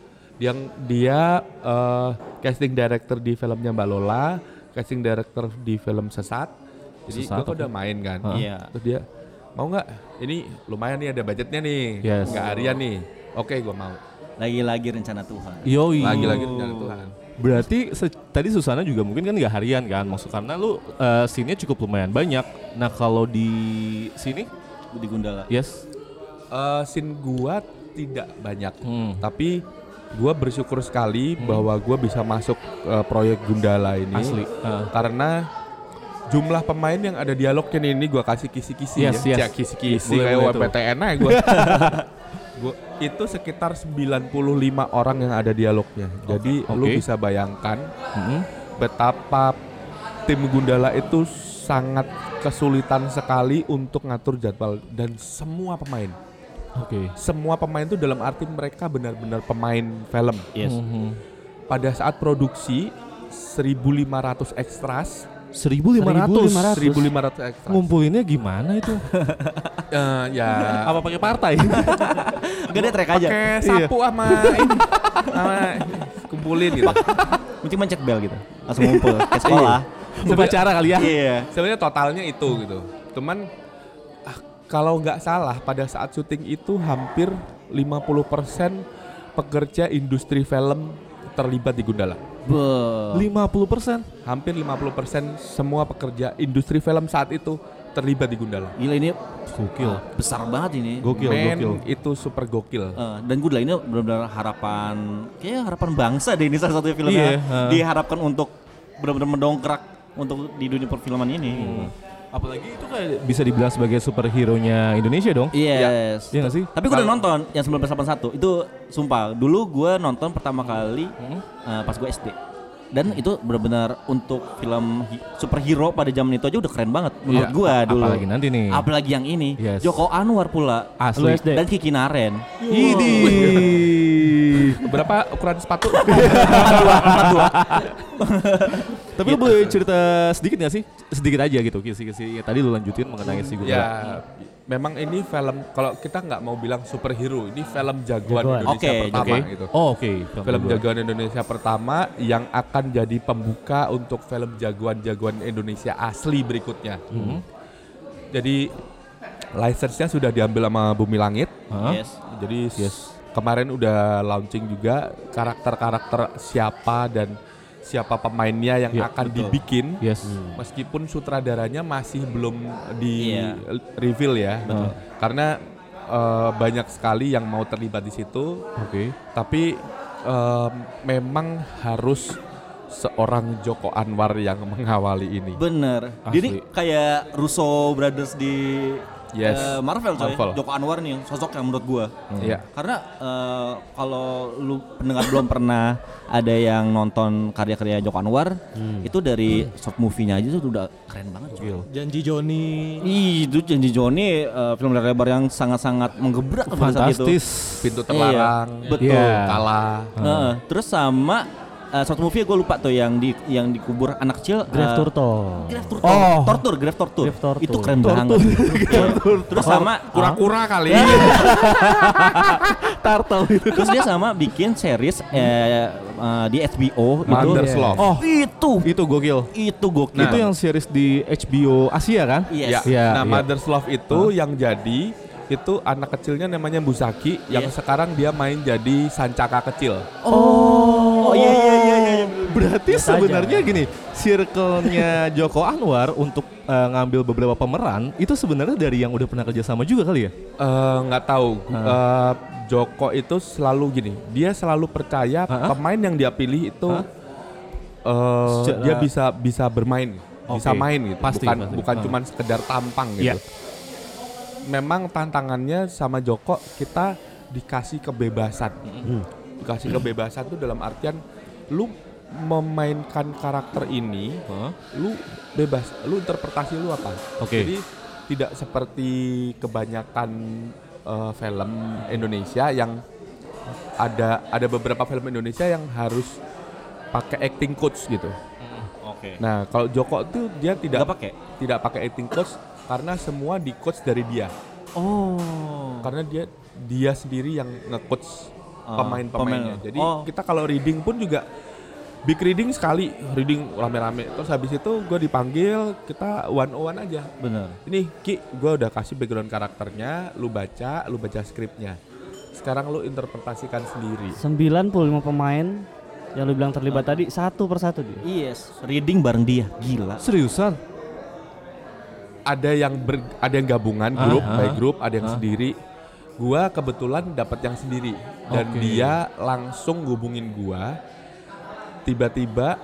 Dia casting director di filmnya Mbak Lola, casting director di film Sesat. Jadi gue udah main kan. Terus dia mau nggak? Ini lumayan nih ada budgetnya nih, nggak harian nih. Oke, gue mau. Lagi-lagi rencana Tuhan. Yoi. Lagi-lagi rencana Tuhan. Berarti tadi Susana juga mungkin kan nggak harian kan, maksud karena lu scene-nya cukup lumayan banyak. Nah kalau di sini di Gundala. Yes. Scene gua tidak banyak, tapi gua bersyukur sekali bahwa gua bisa masuk proyek Gundala ini. Asli. Karena jumlah pemain yang ada dialognya ini gua kasih kisi-kisi kisi-kisi kayak WPTN aja gua. Itu sekitar 95 orang yang ada dialognya. Jadi lu bisa bayangkan betapa tim Gundala itu sangat kesulitan sekali untuk ngatur jadwal dan semua pemain. Semua pemain itu dalam arti mereka benar-benar pemain film. Pada saat produksi 1.500 ekstras. 1.500 ekstras. Ngumpulinnya gimana itu? Apa pakai partai? Enggak, dia track aja. Pakai sapu sama ini. Kumpulin gitu. Mungkin mencet bel gitu. Langsung ngumpul ke sekolah. Upacara kali ya. Iya. Sebenarnya totalnya itu gitu. Cuman kalau nggak salah pada saat syuting itu hampir 50% pekerja industri film terlibat di Gundala. 50%? Hampir 50% semua pekerja industri film saat itu terlibat di Gundala. Gila, ini gokil. Besar banget ini. Gokil. Itu super gokil. Dan Gundala ini benar-benar harapan bangsa deh, ini salah satu film yang diharapkan untuk benar-benar mendongkrak untuk di dunia perfilman ini. Apalagi itu kayak bisa dibilang sebagai superhero-nya Indonesia dong. Yes. Iya gak sih? Tapi gue udah nonton yang 1981 itu, sumpah. Dulu gue nonton pertama kali pas gue SD. Dan itu benar-benar untuk film superhero pada zaman itu aja udah keren banget menurut gue dulu. Apalagi nanti nih. Apalagi yang ini. Joko Anwar pula. Asli. Dan Kiki Naren. Berapa ukuran sepatu? 42. Tapi lu boleh cerita sedikit gak sih? Sedikit aja gitu, kisi-kisi tadi lu lanjutin mengenai si Gundala. Ya, memang ini film, kalau kita nggak mau bilang superhero, ini film jagoan Indonesia pertama gitu. Film jagoan Indonesia pertama yang akan jadi pembuka untuk film jagoan-jagoan Indonesia asli berikutnya. Jadi license-nya sudah diambil sama Bumi Langit. Jadi kemarin udah launching juga karakter-karakter siapa dan siapa pemainnya yang akan dibikin, meskipun sutradaranya masih belum di reveal ya, karena banyak sekali yang mau terlibat di situ. Tapi memang harus seorang Joko Anwar yang mengawali ini. Bener. Dia ini kayak Russo Brothers di Marvel coy. Marvel. Joko Anwar nih yang sosok yang menurut gua. Iya. Karena kalau lu pendengar belum pernah ada yang nonton karya-karya Joko Anwar, itu dari short movie-nya aja tuh udah keren banget coy. Janji Joni. Itu Janji Joni film layar lebar yang sangat-sangat menggebrak pada saat itu. Fantastis. Pintu terlarang. Betul. Iya. Kalah. Terus sama short movie gue lupa tuh yang dikubur anak kecil. Grave Turtle. Grave Torture. Torture. Itu keren banget. Terus sama Kura-kura kali. Turtle itu. terus dia sama bikin series di HBO Mother's itu. Love. Itu gokil. Itu gokil. Itu yang series di HBO Asia kan? Yes. Iya. Nah, Mother's Love itu yang jadi itu anak kecilnya namanya Busaki yang sekarang dia main jadi Sancaka kecil. Oh iya. Berarti sebenarnya gini, circle-nya Joko Anwar untuk ngambil beberapa pemeran itu sebenarnya dari yang udah pernah kerja sama juga kali ya? Nggak tahu. Joko itu selalu gini, dia selalu percaya pemain yang dia pilih itu dia bisa bermain, bisa main gitu. Pasti. Bukan cuma sekedar tampang gitu. Yeah. Memang tantangannya sama Joko, kita dikasih kebebasan. Dikasih kebebasan tuh dalam artian lu memainkan karakter ini, lu bebas, lu interpretasi lu apa. Jadi tidak seperti kebanyakan film Indonesia yang ada beberapa film Indonesia yang harus pakai acting coach gitu. Nah, kalau Joko tuh dia tidak pakai acting coach karena semua di coach dari dia. Karena dia sendiri yang nge-coach pemain-pemainnya. Jadi kita kalau reading pun juga big reading sekali, reading rame-rame. Terus habis itu gue dipanggil, kita one-on-one aja. Bener. Ini Ki, gue udah kasih background karakternya, lu baca skripnya. Sekarang lu interpretasikan sendiri. 95 pemain yang lu bilang terlibat tadi satu persatu dia. Yes, reading bareng dia, gila. Seriusan? Ada yang gabungan grup by grup, ada yang sendiri. Gua kebetulan dapat yang sendiri dan dia langsung hubungin gua. Tiba-tiba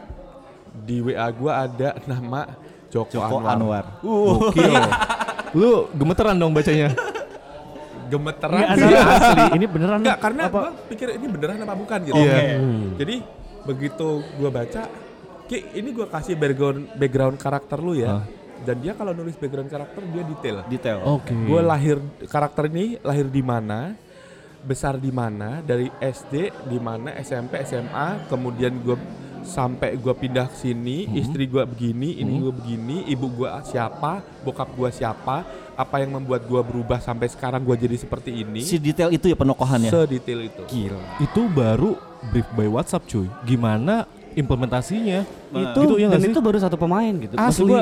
di WA gua ada nama Joko Anwar. Gokil. Lu gemeteran dong bacanya. Gemeteran Ini asli. Ini beneran Enggak, karena gua pikir ini beneran apa bukan gitu. Jadi begitu gua baca, Ki, ini gua kasih background karakter lu ya. Dan dia kalau nulis background karakter dia detail. Gue karakter ini lahir di mana, besar di mana, dari SD di mana, SMP, SMA, kemudian gue sampai gue pindah ke sini, istri gue begini, ini gue begini, ibu gue siapa, bokap gue siapa, apa yang membuat gue berubah sampai sekarang gue jadi seperti ini. Si detail itu ya penokohannya. Sedetail itu. Gila. Itu baru brief by WhatsApp cuy. Gimana implementasinya? itu ya dan nggak sih? itu baru satu pemain gitu. Maksud Asli. gua,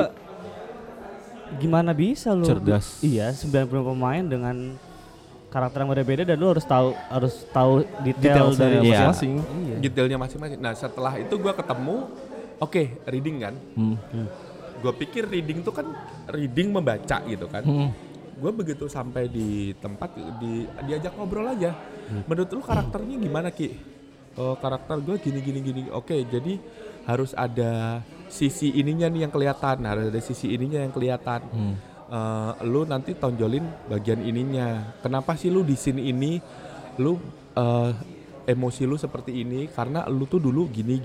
gimana bisa lu? Cerdas. Iya, 90 pemain dengan karakter yang berbeda dan lu harus tahu detail dari masing-masing. Iya. Detailnya masing-masing. Nah setelah itu gue ketemu, reading kan. Gue pikir reading tuh kan reading membaca gitu kan. Gue begitu sampai di tempat diajak ngobrol aja. Menurut lu karakternya gimana Ki? Karakter gue gini. Jadi harus ada sisi ininya nih yang kelihatan, harus ada sisi ininya yang kelihatan. Lu nanti tonjolin bagian ininya. Kenapa sih lu di sini ini lu emosi lu seperti ini karena lu tuh dulu gini.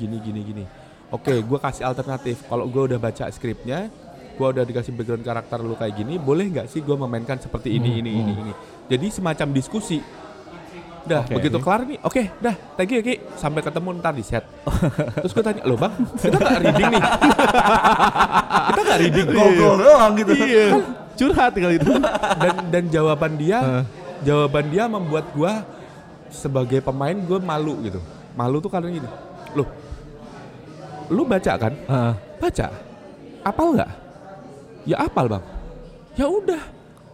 Gue kasih alternatif. Kalau gue udah baca skripnya, gue udah dikasih background karakter lu kayak gini, boleh nggak sih gue memainkan seperti ini. Jadi semacam diskusi. Begitu kelar nih, dah, thank you Ki, sampai ketemu ntar di set. Terus gue tanya, loh bang, kita nggak reading nih? Kita nggak reading? Ngobrol doang gitu. Iya. Curhat kali itu. Dan jawaban dia membuat gue sebagai pemain gue malu gitu. Malu tuh karena gini, loh, lu baca kan? Baca, apal nggak? Ya apal bang. Ya udah.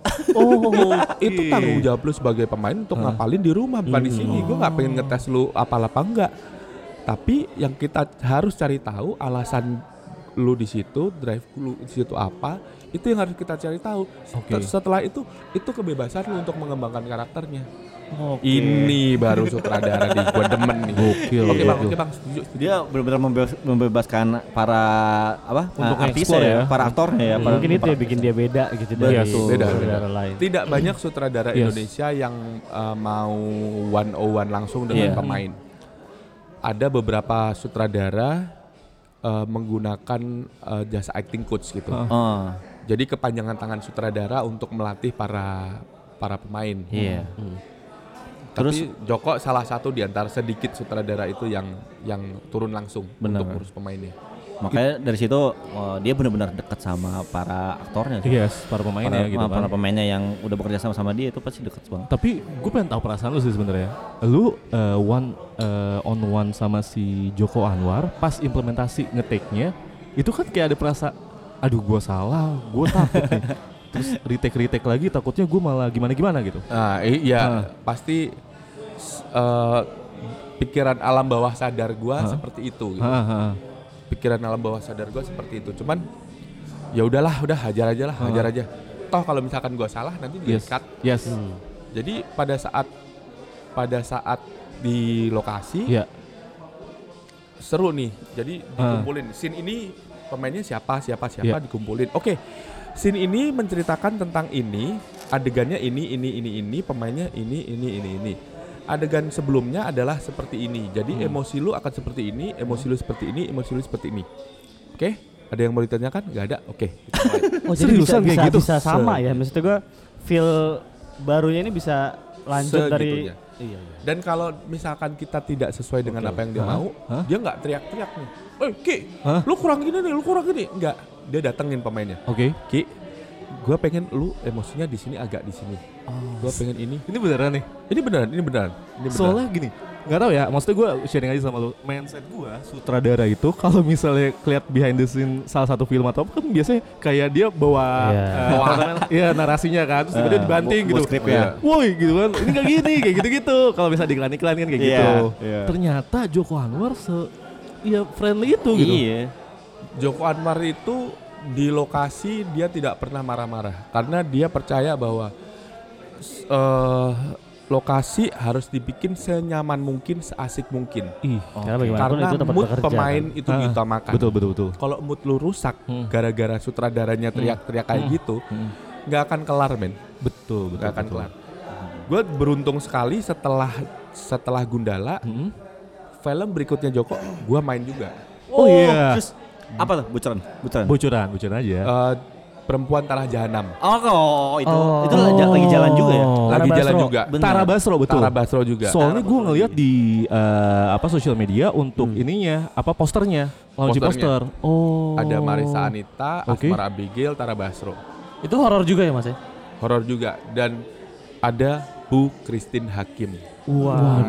Itu tanggung jawab lu sebagai pemain untuk ngapalin di rumah, bukan di sini. Gue nggak pengen ngetes lu apal apa enggak. Tapi yang kita harus cari tahu alasan lu di situ, drive lu di situ apa, itu yang harus kita cari tahu. Setelah itu kebebasan lu untuk mengembangkan karakternya. Ini baru sutradara nih, gua demen nih. Oke bang, setuju. Dia benar-benar membebaskan para untuk artis ya, para aktornya ya. Mungkin itu ya bikin dia beda gitu dari sutradara lain. Tidak banyak sutradara Indonesia yang mau 101 langsung dengan pemain. Ada beberapa sutradara menggunakan jasa acting coach gitu. Jadi kepanjangan tangan sutradara untuk melatih para pemain. Tapi Joko salah satu di antara sedikit sutradara itu yang turun langsung untuk ngurus pemainnya. Makanya dari situ dia benar-benar dekat sama para aktornya. Para pemainnya gitu kan. Para pemainnya yang udah bekerja sama dia itu pasti dekat banget. Tapi gue pengen tahu perasaan lu sih sebenarnya. Lu on one sama si Joko Anwar pas implementasi ngeteknya itu kan kayak ada perasaan, aduh gue salah, gue takut nih. Terus retake lagi takutnya gue malah gimana gitu. Pasti pikiran alam bawah sadar gue seperti itu gitu. Pikiran alam bawah sadar gue seperti itu. Cuman ya udahlah, hajar aja. Toh kalau misalkan gue salah nanti di-cut. Jadi pada saat di lokasi seru nih. Jadi dikumpulin. Scene ini pemainnya siapa dikumpulin. Oke. Scene ini menceritakan tentang ini, adegannya ini, pemainnya ini. Adegan sebelumnya adalah seperti ini. Jadi emosi lu akan seperti ini, emosi lu seperti ini. Oke? Ada yang mau ditanyakan? Gak ada? Oke. Jadi bisa sama ya. Maksudnya gue feel barunya ini bisa lanjut dari. Iya. Dan kalau misalkan kita tidak sesuai dengan apa yang dia mau, dia nggak teriak-teriak nih. Ki, lu kurang gini. Enggak. Dia datengin pemainnya. Ki, gue pengen lu emosinya di sini agak di sini. Gue pengen ini. Ini beneran nih? Ini beneran. Soalnya gini, nggak tahu ya. Maksudnya gue sharing aja sama lu. Mindset gue, sutradara itu kalau misalnya lihat behind the scene salah satu film atau apa kan biasanya kayak dia bawa narasinya kan. Terus dia dibanting gitu. Woi gitu kan. Ini nggak gini, kayak gitu-gitu. Kalau misalnya iklan-iklan kan kayak gitu. Ternyata Joko Anwar friendly itu gitu. Iya. Joko Anwar itu di lokasi dia tidak pernah marah-marah karena dia percaya bahwa lokasi harus dibikin senyaman mungkin, seasik mungkin. Karena mood pemain itu diutamakan. Betul. Kalau mood lu rusak gara-gara sutradaranya teriak-teriak kayak gitu, nggak akan kelar men. Betul. Nggak akan kelar. Gue beruntung sekali setelah Gundala, film berikutnya Joko, gue main juga. Terus apa tuh bocoran aja. Perempuan Tanah Jahanam. Itu lagi jalan juga ya. Lagi jalan juga. Tara Basro betul. Tara Basro juga. Soalnya gue ngeliat di sosial media untuk ininya posternya, launching poster. Ada Marisa Anita, Asmara Abigail, Tara Basro. Itu horor juga ya Mas ya? Horor juga dan ada Bu Christine Hakim. Wah.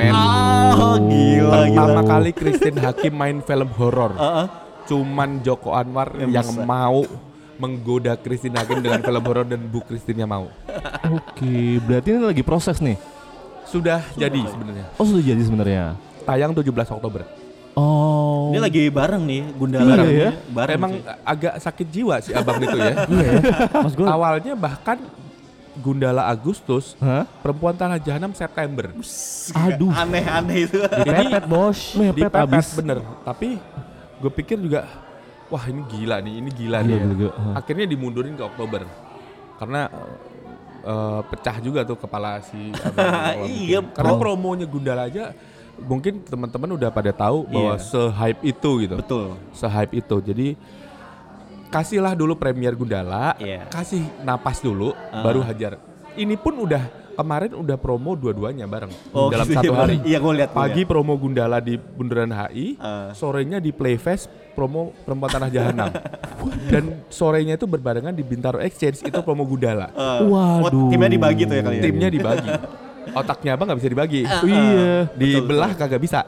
Gila. Pertama kali Christine Hakim main film horor. Cuman Joko Anwar yang mau menggoda Christine Hakim dengan film horor dan Bu Christine-nya mau. Oke, berarti ini lagi proses nih. Sudah jadi sebenarnya. Sudah jadi sebenarnya. Tayang 17 Oktober. Ini lagi bareng nih Gundala ya. Bareng emang agak sakit jiwa si abang itu ya. Mas gue awalnya bahkan Gundala Agustus, Perempuan Tanah Jahanam September. Aduh, aneh-aneh itu. dipepet bos. Mepet abis. Bener. Tapi gue pikir juga, wah ini gila nih. Akhirnya dimundurin ke Oktober. Karena pecah juga tuh kepala si abang. Iya, karena promonya Gundala aja mungkin teman-teman udah pada tahu bahwa se-hype itu gitu. Betul. Se-hype itu. Jadi kasihlah dulu premier Gundala, kasih napas dulu, baru hajar. Ini pun kemarin udah promo dua-duanya bareng dalam satu hari. Iya, gue lihat. Pagi promo Gundala di Bundaran HI, sorenya di Playfest promo Perempuan Tanah Jahanam. Dan sorenya itu berbarengan di Bintaro Exchange, itu promo Gundala. Waduh. Timnya dibagi tuh ya kali ya. Timnya dibagi. Otaknya abang nggak bisa dibagi. Iya. Dibelah kagak bisa.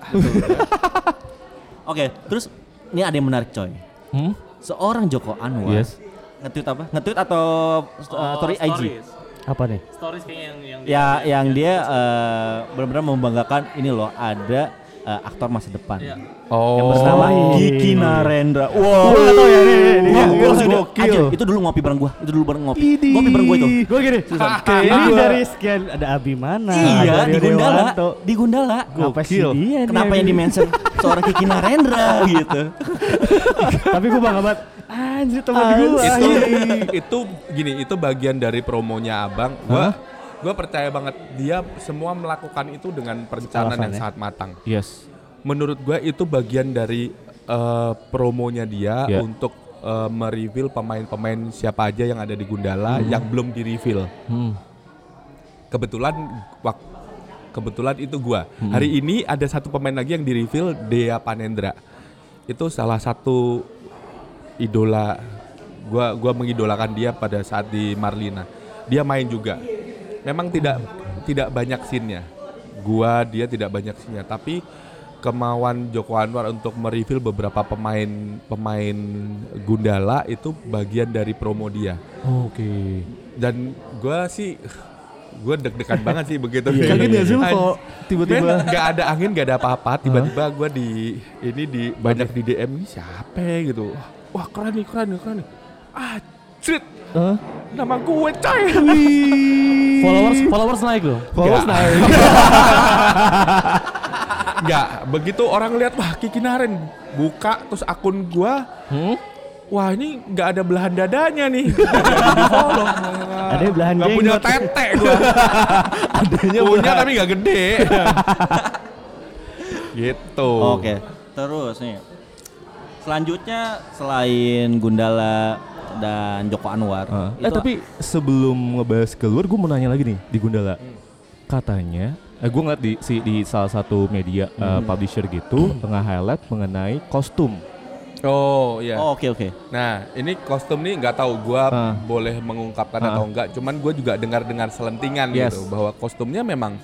Oke, terus ini ada yang menarik coy. Seorang Joko Anwar nge-tweet apa? Nge-tweet atau story IG? Apa nih? Stories kayaknya yang dia benar-benar membanggakan ini loh, ada aktor masa depan. Oh. Yang pertama Kiki Narendra. Wow. Gue nggak tahu ya. Gokil. Itu dulu ngopi bareng gua. Ngopi bareng gua itu. Gue gini. Ini dari sekian ada Abimana. Iya, ada di Rio Gundala. Dewanto. Di Gundala. Apa sih dia? Kenapa yang di-mention seorang Kiki Narendra gitu. Tapi gue bangga banget. Anjir temen gue. Itu bagian dari promonya Abang. Gua percaya banget dia semua melakukan itu dengan perencanaan yang sangat matang. Yes. Menurut gua itu bagian dari promonya dia untuk mereveal pemain-pemain siapa aja yang ada di Gundala yang belum di-reveal. Kebetulan itu gua. Hari ini ada satu pemain lagi yang di-reveal, Dea Panendra. Itu salah satu idola gua mengidolakan dia pada saat di Marlina. Dia main juga. Memang tidak banyak scene-nya. Dia tidak banyak scene-nya, tapi kemauan Joko Anwar untuk mereveal beberapa pemain Gundala itu bagian dari promo dia. Oke. Dan gue deg-degan banget sih begitu. Kaget ya sih kok tiba-tiba nggak ada angin, nggak ada apa-apa, tiba-tiba gue banyak di DM ini siapa ya gitu. Wah keren nih. Shit. Nama gue coy. Followers naik loh. Enggak, begitu orang lihat wah Kiki Naren buka terus akun gua. Wah, ini enggak ada belahan dadanya nih. Di-follow. Ada belahan enggak punya tete gua. Adanya punya tapi enggak gede. Gitu. Oke. Terus nih. Selanjutnya selain Gundala dan Joko Anwar. Tapi sebelum ngebahas keluar, gue mau nanya lagi nih di Gundala. Katanya, gue ngeliat di salah satu media publisher gitu nge-highlight mengenai kostum. Oh iya. Oke. Nah ini kostum nih nggak tahu gue boleh mengungkapkan atau enggak. Cuman gue juga dengar selentingan gitu bahwa kostumnya memang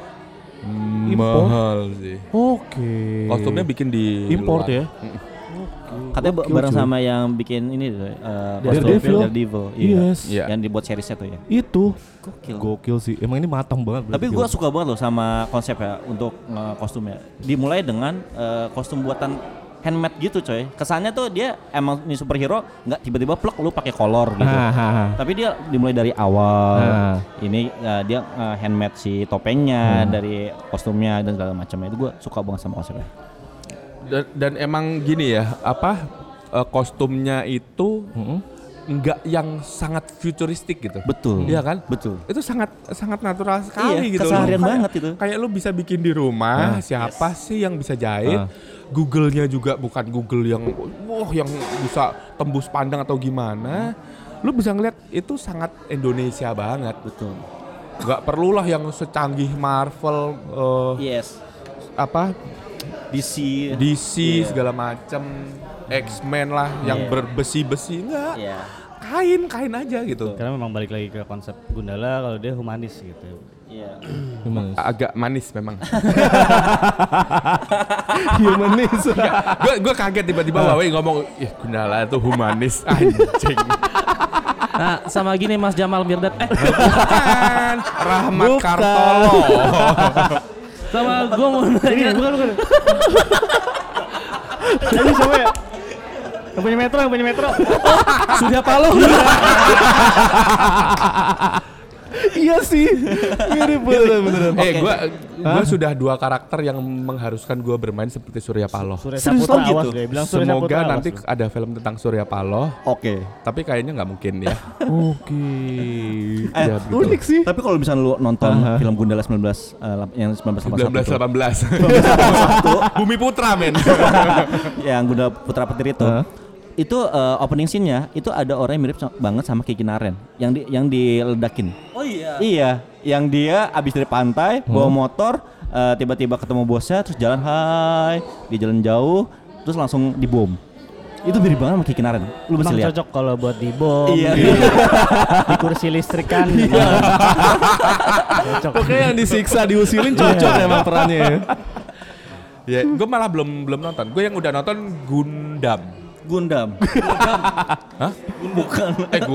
mahal sih. Oke. Kostumnya bikin di import luar. ya. Katanya bareng sama yang bikin ini Daredevil. Yes. Iya. Yang dibuat series itu ya. Itu Gokil. Gokil sih. Emang ini matang banget. Tapi gue suka banget loh sama konsep ya untuk kostumnya. Dimulai dengan kostum buatan handmade gitu coy. Kesannya tuh dia emang ini superhero nggak tiba-tiba plek lu pakai kolor gitu. Tapi dia dimulai dari awal. Ini dia handmade si topengnya, dari kostumnya dan segala macamnya. Itu gue suka banget sama konsepnya. Dan emang gini ya, kostumnya itu enggak yang sangat futuristik gitu. Betul. Iya kan? Betul. Itu sangat natural sekali gitu. Keseharian banget itu. Kayak lu bisa bikin di rumah, siapa sih yang bisa jahit? Google-nya juga bukan Google yang yang bisa tembus pandang atau gimana. Lu bisa ngeliat itu sangat Indonesia banget. Betul. Enggak perlulah yang secanggih Marvel DC segala macem, X-Men lah yang berbesi-besi, enggak. Kain aja gitu. Karena memang balik lagi ke konsep Gundala kalau dia humanis gitu. Iya. Agak manis memang. Humanis. Gue kaget tiba-tiba Wawi ngomong, Gundala itu humanis, anjing. Nah, sama gini Mas Jamal Mirdad. Rahmat Kartolo. Sama gue mau nanya. Bukan. Ini siapa ya? Yang punya metro. Surya Paloh. Iya sih. Mirip beneran. Gue sudah 2 karakter yang mengharuskan gue bermain seperti Surya Paloh. Surya Saputra awas gitu? gue bilang Surya Saputra. Semoga nanti ada film tentang Surya Paloh. Oke. Tapi kayaknya nggak mungkin ya. Oke. Ya, begitu. Unik sih. Tapi kalau misalnya lu nonton film Gundala 1981 Bumi Putra men. yang Gundala Putra Petir itu opening scene-nya itu ada orang yang mirip banget sama Kiki Naren yang diledakin. Oh iya. Iya, yang dia abis dari pantai bawa motor tiba-tiba ketemu bosnya terus jalan di jalan jauh terus langsung dibom. Itu mirip banget sama Kiki Naren. Lu mesti lihat. Cocok kalau buat dibom. Iya. Di kursi listrik kan. Cocok. Pokoknya yang disiksa diusilin cocok emang perannya. Ya, gue malah belum nonton. Gue yang udah nonton Gundam. Hah? Bukan.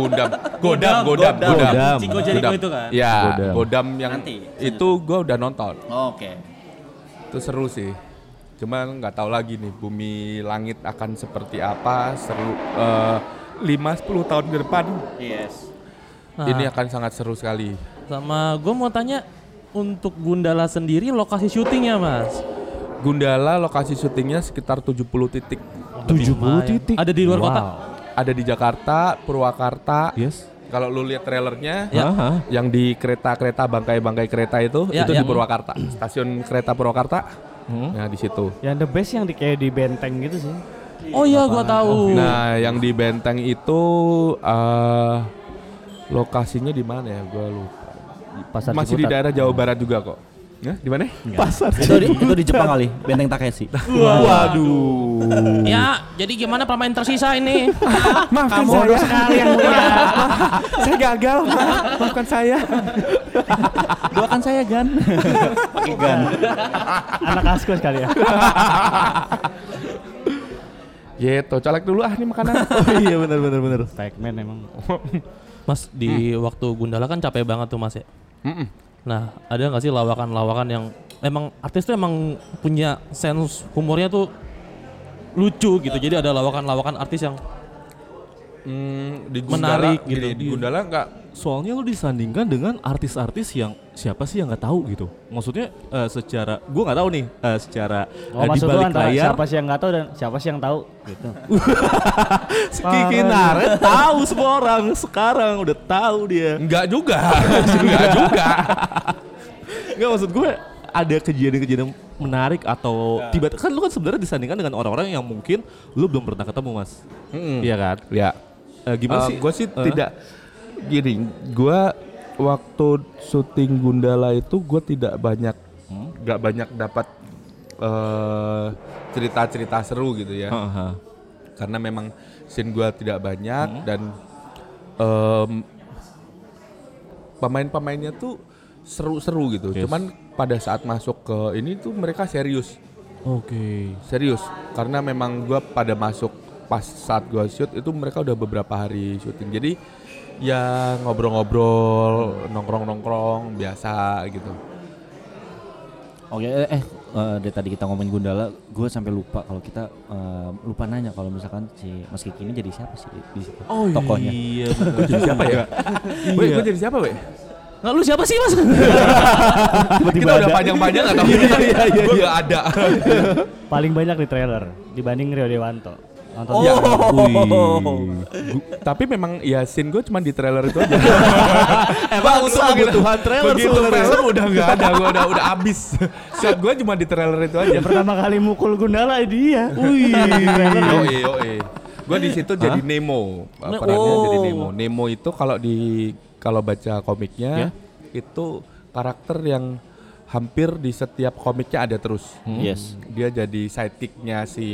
Godam. Chico Jericho itu kan? Ya, Godam yang Nanti. itu gue udah nonton. Oke. Itu seru sih. Cuma nggak tahu lagi nih Bumi Langit akan seperti apa, seru 5-10 tahun ke depan. Yes. Ini akan sangat seru sekali. Sama gue mau tanya, untuk Gundala sendiri lokasi syutingnya Mas? Gundala lokasi syutingnya sekitar 70 titik. 70 titik. Ada di luar kota? Ada di Jakarta, Purwakarta. Yes. Kalau lu lihat trailernya, Ya. yang di kereta-kereta bangkai-bangkai kereta itu Ya, di Purwakarta. Stasiun kereta Purwakarta. Nah, di situ. Yang the best yang kayak di Benteng gitu sih. Oh iya, gua tahu. Nah, yang di Benteng itu lokasinya di mana ya? Gua lupa. Pasar Masih di Ciputat. daerah Jawa Barat juga kok. Ya, di mana? Pasar. Itu di Jepang kali, Benteng Takeshi. Waduh. Ya, jadi gimana pemain tersisa ini? Maafkan Bodoh sekali yang mulia. saya gagal. Maafkan saya. Doakan saya Gan. Pakai Gan. Anak asko sekali ya. Gitu, colek dulu ini makanan. Oh iya benar. Pac-Man emang. Mas, di waktu Gundala kan capek banget tuh Mas ya. Nah, ada nggak sih lawakan-lawakan yang emang artis tuh emang punya sense humornya tuh lucu gitu. Jadi ada lawakan-lawakan artis yang Di Gundala, menarik gitu. Di Gundala enggak. Soalnya lu disandingkan dengan artis-artis yang siapa sih yang nggak tahu gitu. Maksudnya secara gua nggak tahu nih secara Oh, di maksud lu balik antara layar siapa sih yang nggak tahu dan siapa sih yang tahu gitu. Kiki Naret tahu semua orang sekarang udah tahu dia. Enggak juga. Enggak juga. Nggak maksud gue ada kejadian-kejadian menarik atau tiba-tiba kan lu kan sebenarnya disandingkan dengan orang-orang yang mungkin lu belum pernah ketemu Mas. Iya kan? Ya. Gimana sih? Gue sih tidak gini. Gue waktu syuting Gundala itu gue tidak banyak, nggak banyak dapat cerita-cerita seru gitu ya. Karena memang scene gue tidak banyak dan pemain-pemainnya tuh seru-seru gitu. Yes. Cuman pada saat masuk ke ini tuh mereka serius. Oke. Serius, karena memang gue pada masuk pas saat gue shoot itu mereka udah beberapa hari syuting. Jadi ya ngobrol-ngobrol, nongkrong-nongkrong biasa gitu. Oke, dari tadi kita ngomongin Gundala, gue sampai lupa kalau kita lupa nanya kalau misalkan si Mas Kiki ini jadi siapa sih di situ? Oh Tokohnya. iya. Gue jadi siapa ya? Weh, gue jadi siapa weh? nggak, lu siapa sih Mas? Kita udah panjang-panjang atau gue gak ada. Paling banyak di trailer dibanding Rio Dewanto. Nonton Ya, Tapi tapi memang ya scene gue cuma di trailer itu aja. emang untuk kebutuhan trailer Begitu sebenarnya. trailer udah nggak ada, gue udah abis. Shot gue cuma di trailer itu aja. yang pertama kali mukul Gundala dia. Yoi. Gue di situ jadi Nemo. Perannya jadi Nemo. Nemo itu kalau baca komiknya itu karakter yang hampir di setiap komiknya ada terus. Yes. Dia jadi sidekicknya si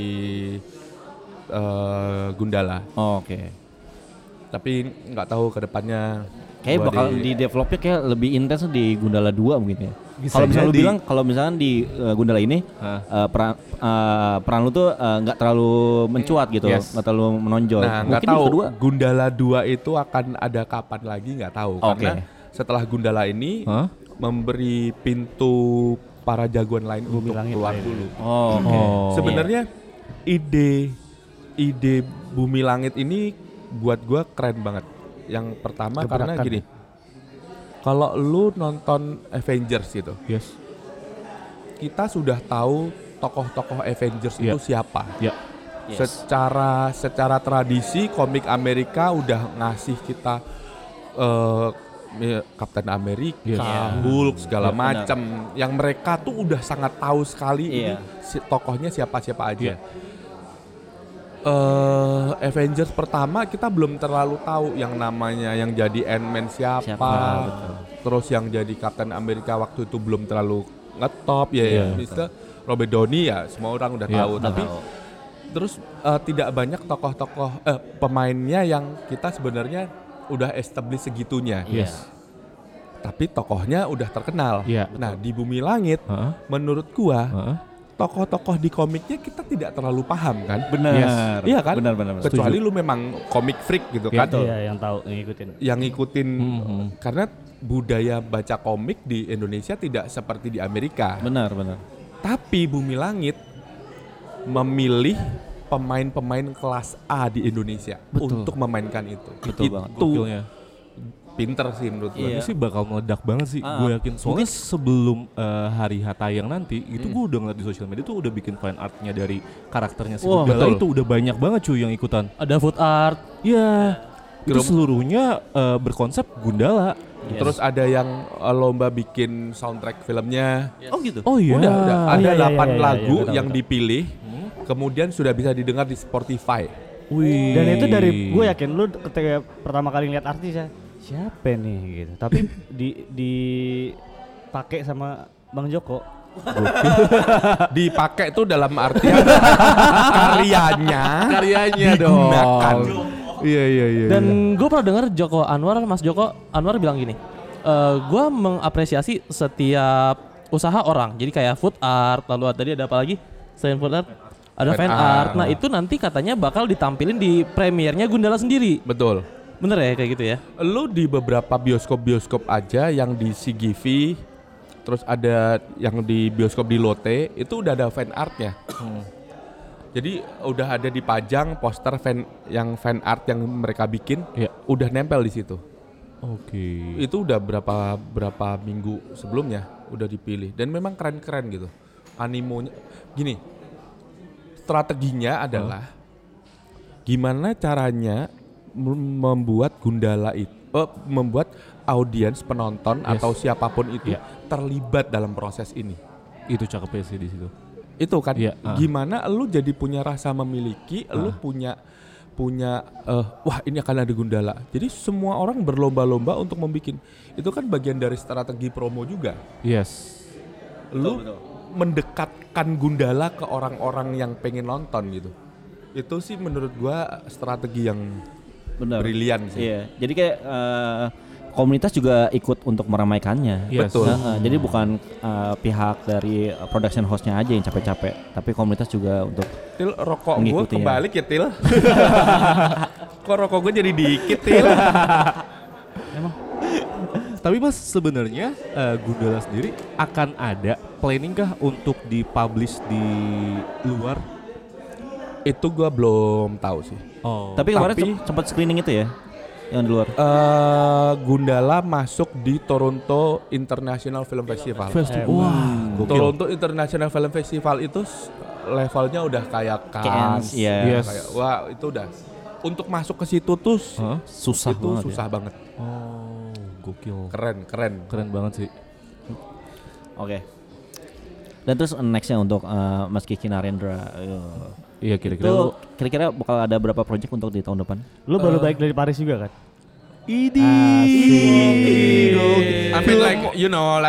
Gundala. Oh, oke. Tapi nggak tahu ke depannya. Kayak bakal di developnya kayak lebih intens di Gundala 2 mungkin ya. Bisa Kalau misalnya lu jadi. bilang kalau misalkan di Gundala ini peran lu tuh nggak terlalu mencuat gitu, Yes. nggak terlalu menonjol. Nah, nggak Mungkin di tahu kedua. Gundala 2 itu akan ada kapan lagi nggak tahu. Oke. Karena setelah Gundala ini memberi pintu para jagoan lain untuk Langit keluar lain. dulu. Oh, oke. Sebenarnya ide Bumi Langit ini buat gua keren banget. Yang pertama karena Gebrakan. gini. Kalau lu nonton Avengers gitu, Yes. kita sudah tahu tokoh-tokoh Avengers itu siapa. Ya. Yes. Secara tradisi komik Amerika udah ngasih kita Captain Amerika, Hulk segala macam. Yang mereka tuh udah sangat tahu sekali ini tokohnya siapa-siapa aja. Avengers pertama kita belum terlalu tahu yang namanya yang jadi Ant-Man siapa. Betul. Terus yang jadi Captain Amerika waktu itu belum terlalu ngetop ya. Misalnya Robert Downey ya semua orang udah tahu. Tapi terus tidak banyak tokoh-tokoh pemainnya yang kita sebenarnya udah establish segitunya. Yes. Tapi tokohnya udah terkenal. Iya, Nah di Bumi Langit, menurut gua tokoh-tokoh di komiknya kita tidak terlalu paham kan? Benar. Iya kan? Benar. Kecuali lu memang komik freak gitu kan? Iya, yang tahu ngikutin. Yang ngikutin karena budaya baca komik di Indonesia tidak seperti di Amerika. Benar. Tapi Bumi Langit memilih pemain-pemain kelas A di Indonesia untuk memainkan itu. Betul banget. Gokilnya. Pinter sih menurut gue. Ini sih bakal meledak banget sih, gue yakin. Soalnya sebelum hari H tayang nanti, itu gue udah ngeliat di sosial media tuh udah bikin fan artnya dari karakternya si Gundala itu udah banyak banget cuy yang ikutan. Ada food art. Iya. Itu seluruhnya berkonsep Gundala. Terus ada yang lomba bikin soundtrack filmnya. Oh gitu. Oh iya. Udah. Ada 8 lagu betul, yang dipilih, kemudian sudah bisa didengar di Spotify. Wih. Dan itu dari gue yakin lu ketika pertama kali lihat artis ya siapa nih gitu. Tapi dipakai sama Bang Joko. Dipakai tuh dalam artian karyanya digunakan. Iya. Dan gue pernah dengar Mas Joko Anwar bilang gini, gue mengapresiasi setiap usaha orang. Jadi kayak food art, lalu tadi ada apa lagi selain food art? Ada fan art. Nah itu nanti katanya bakal ditampilin di premiernya Gundala sendiri. Betul. Bener ya kayak gitu ya? Lu di beberapa bioskop aja yang di CGV, terus ada yang di bioskop di Lotte, itu udah ada fan artnya. Jadi udah ada dipajang poster fan art yang mereka bikin, udah nempel di situ. Oke. Itu udah berapa minggu sebelumnya udah dipilih dan memang keren-keren gitu. Animonya gini. Strateginya adalah gimana caranya membuat Gundala itu membuat audiens penonton atau siapapun itu terlibat dalam proses ini. Itu cakepnya sih di situ. Itu kan gimana lu jadi punya rasa memiliki, lu punya wah ini akan ada Gundala. Jadi semua orang berlomba-lomba untuk membikin. Itu kan bagian dari strategi promo juga. Yes. Lu mendekatkan Gundala ke orang-orang yang pengen nonton gitu. Itu sih menurut gua strategi yang brilian sih. Iya. Jadi kayak komunitas juga ikut untuk meramaikannya. Yes. Betul. Jadi bukan pihak dari production hostnya aja yang capek-capek, tapi komunitas juga untuk Til, rokok gua mengikutinya. kebalik ya Til. Kok rokok gua jadi dikit Til? Tapi Mas sebenarnya Gundala sendiri akan ada planning kah untuk dipublish di luar? Itu gua belum tahu sih. Oh. Tapi kemarin sempat screening itu ya, yang di luar. Gundala masuk di Toronto International Film Festival. Wah, gokil. Toronto International Film Festival itu levelnya udah kayak Cannes. Iya. Yes. Kayak, wah itu udah. Untuk masuk ke situ tuh Susah itu banget. susah banget. Oh, gokil. Keren Banget sih. Oke. Dan terus nextnya untuk Mas Kiki Narendra. Iya Itu kira-kira bakal ada berapa project untuk di tahun depan? Lu baru balik dari Paris juga kan? I mean like you know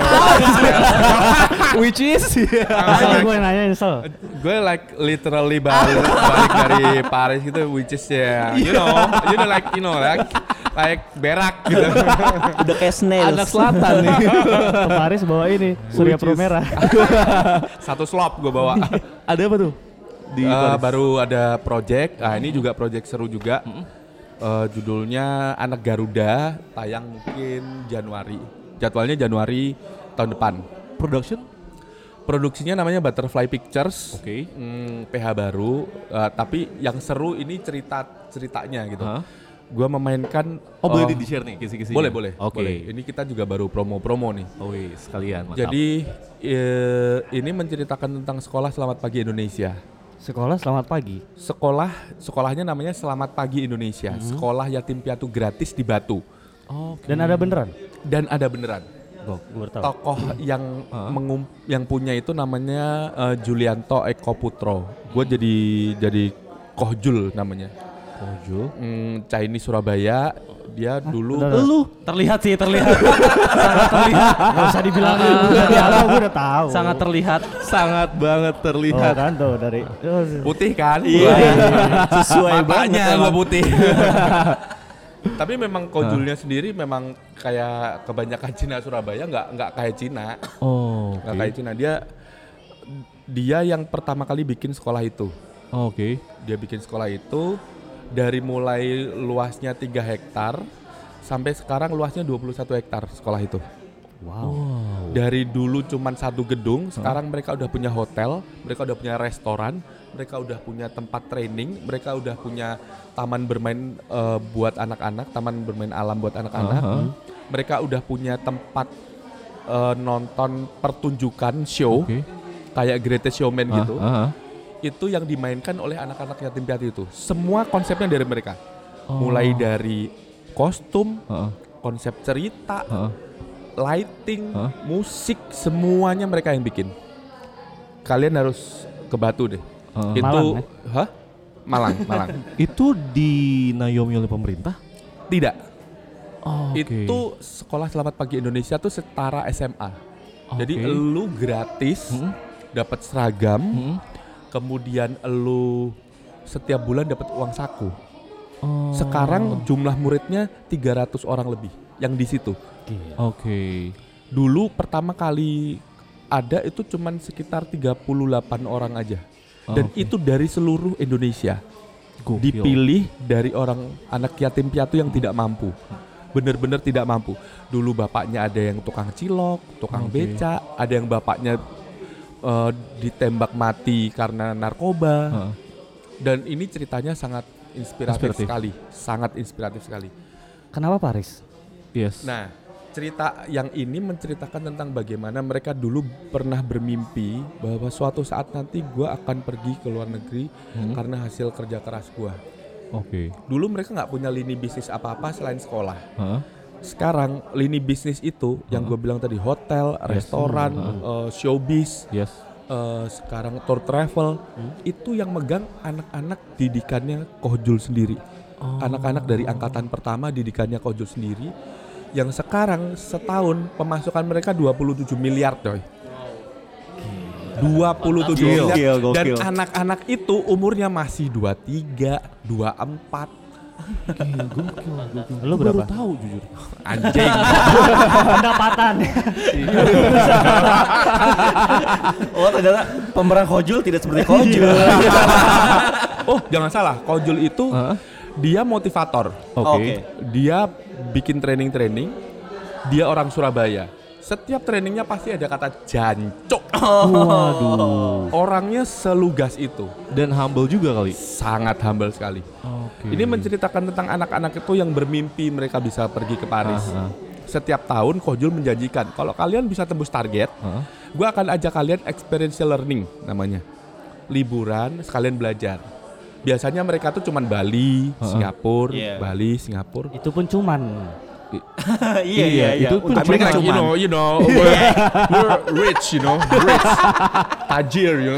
Which is Asal gue nanya nyesel. gue like literally balik dari Paris gitu, which is you know like berak gitu. Udah kayak snails. anak selatan nih. Ke Paris bawa ini Surya Pro Merah. Satu slop gue bawa. Ada apa tuh? Di Paris? Baru ada project, ini juga project seru juga. Judulnya Anak Garuda, tayang mungkin Januari. Jadwalnya Januari tahun depan. Produksinya namanya Butterfly Pictures. Oke. PH baru, tapi yang seru ini ceritanya gitu. Gua memainkan. Boleh di-share nih kisi-kisinya? Boleh. Oke. Ini kita juga baru promo nih. Oh iya, sekalian. Mantap. Jadi ini menceritakan tentang sekolah Selamat Pagi Indonesia. Sekolah selamat pagi. Sekolahnya namanya Selamat Pagi Indonesia. Sekolah yatim piatu gratis di Batu. Dan ada beneran? Dan ada beneran. Gue baru tahu. Tokoh yang punya itu namanya Julianto Eko Putro. Gue jadi Kohjul namanya. Kohjul. Chinese Surabaya. Dia dulu Lu terlihat. Sangat terlihat. Gak usah dibilang dari awal gue udah tahu. Sangat terlihat. Sangat banget Oh terlihat. kan tuh dari putih kan? Sesuai Matanya gue putih. Tapi memang Kohjulnya sendiri memang kayak kebanyakan Cina Surabaya, nggak kayak Cina. Nggak kayak Cina. Dia yang pertama kali bikin sekolah itu. Oke. Dia bikin sekolah itu dari mulai luasnya 3 hektar sampai sekarang luasnya 21 hektar sekolah itu. Dari dulu cuman satu gedung, sekarang mereka udah punya hotel, mereka udah punya restoran, mereka udah punya tempat training, mereka udah punya taman bermain buat anak-anak, taman bermain alam buat anak-anak. Mereka udah punya tempat nonton pertunjukan show kayak Greatest Showman gitu. Itu yang dimainkan oleh anak-anak yatim piatu itu. Semua konsepnya dari mereka. Mulai dari kostum, konsep cerita, lighting, musik, semuanya mereka yang bikin. Kalian harus ke Batu deh. Itu Malang, Malang. Itu dinayomi oleh pemerintah? Tidak. Okay. Itu sekolah Selamat Pagi Indonesia tuh setara SMA. Jadi lu gratis dapat seragam, kemudian lu setiap bulan dapat uang saku. Sekarang jumlah muridnya 300 orang lebih yang di situ. Oke. Dulu pertama kali ada itu cuman sekitar 38 orang aja. Dan itu dari seluruh Indonesia. Dipilih dari orang anak yatim piatu yang tidak mampu. Bener-bener tidak mampu. Dulu bapaknya ada yang tukang cilok, tukang beca, ada yang bapaknya ditembak mati karena narkoba. Dan ini ceritanya sangat inspiratif sekali, sangat inspiratif sekali. Kenapa Paris? Yes. Nah, cerita yang ini menceritakan tentang bagaimana mereka dulu pernah bermimpi bahwa suatu saat nanti gue akan pergi ke luar negeri karena hasil kerja keras gue. Dulu mereka nggak punya lini bisnis apa-apa selain sekolah. Sekarang lini bisnis itu yang gue bilang tadi, hotel, restoran, showbiz, sekarang tour travel, itu yang megang anak-anak didikannya Kohjul sendiri. Anak-anak dari angkatan pertama didikannya Kohjul sendiri. Yang sekarang setahun pemasukan mereka 27 miliar coy. 27 miliar. Dan anak-anak itu umurnya masih 23, 24. Lu berapa? Baru tahu jujur. Anjing. Pendapatan. Oh ternyata pemeran Kohjul tidak seperti Kohjul. Oh jangan salah, Kohjul itu dia motivator. Dia bikin training. Dia orang Surabaya. Setiap trainingnya pasti ada kata jancok. Waduh. Orangnya selugas itu. Dan humble juga kali. Sangat humble sekali. Ini menceritakan tentang anak-anak itu yang bermimpi mereka bisa pergi ke Paris. Setiap tahun Kohjul menjanjikan, kalau kalian bisa tembus target, gue akan ajak kalian experiential learning namanya. Liburan sekalian belajar. Biasanya mereka tuh cuman Bali, Singapura, Bali, Singapura. Itu pun cuman. Iya. Itu pun I mean like, you know, we're rich, rich. Tajir.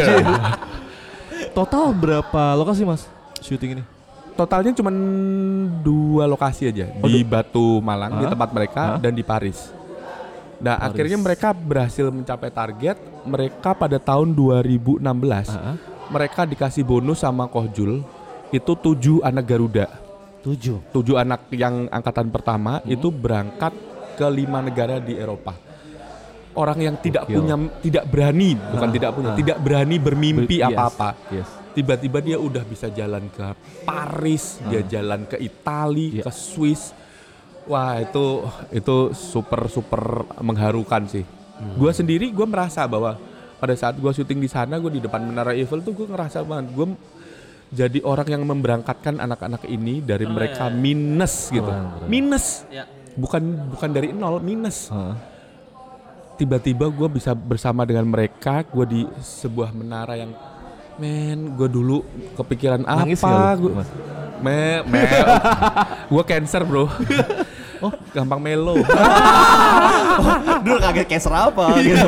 Total berapa lokasi mas syuting ini? Totalnya cuma 2 lokasi aja, di Batu Malang, di tempat mereka, dan di Paris. Nah, akhirnya mereka berhasil mencapai target. Mereka pada tahun 2016, mereka dikasih bonus sama Kohjul, itu 7 anak Garuda. 7 anak yang angkatan pertama itu berangkat ke 5 negara di Eropa. Orang yang tidak berani bermimpi apa-apa. Tiba-tiba dia udah bisa jalan ke Paris, dia jalan ke Italia, ke Swiss. Wah, itu super mengharukan sih. Gue sendiri merasa bahwa pada saat gue syuting di sana, gue di depan Menara Eiffel tuh gue ngerasa banget gue jadi orang yang memberangkatkan anak-anak ini dari mereka minus gitu. Minus. Bukan dari nol, minus. Tiba-tiba gue bisa bersama dengan mereka, gue di sebuah menara yang gue dulu kepikiran nangis apa? Gue cancer bro. Gampang melo. Dulu kaget cancer apa gitu.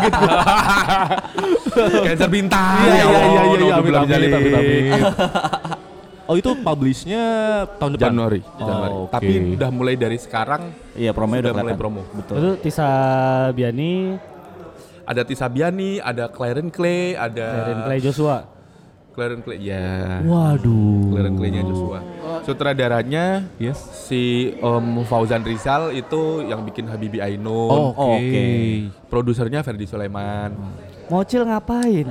Cancer bintang. Iya. Amin. Oh itu publishnya tahun depan? Januari. Tapi udah mulai dari sekarang. Iya, promonya udah mulai promo. Betul. Itu Tisa Biani. Ada Tisa Biani, ada Clarence Clay, ada Clay Joshua. Clarence Clay, ya. Waduh. Clarence Clay-nya Joshua. Sutradaranya si Fauzan Rizal itu yang bikin Habibie Ainun. Oke. Produsernya Ferdi Sulaiman. Mocil ngapain?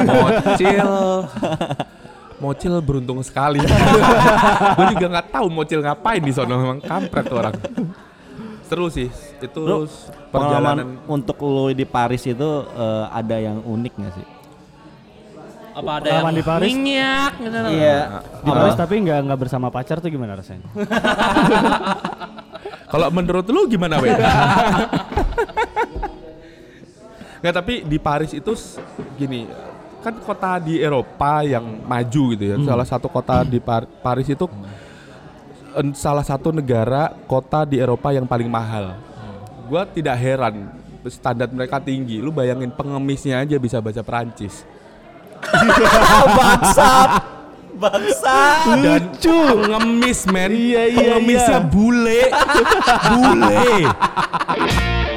Mocil beruntung sekali. Gue juga nggak tahu Mocil ngapain di sana, memang kampret tuh orang. Seru sih. Itu Bro, perjalanan pengalaman untuk lo di Paris itu ada yang unik gak sih? Apa ada Pengalaman yang di Paris? minyak gitu. Iya. Di Paris tapi nggak bersama pacar tuh gimana rasanya? Kalau menurut lu gimana, Wei? Nggak, tapi di Paris itu gini, kan kota di Eropa yang maju gitu ya. Salah satu kota di Paris itu salah satu negara kota di Eropa yang paling mahal. Gua tidak heran standar mereka tinggi. Lu bayangin pengemisnya aja bisa bahasa Perancis. Bangsat. Dan pengemis men. Pengemisnya bule.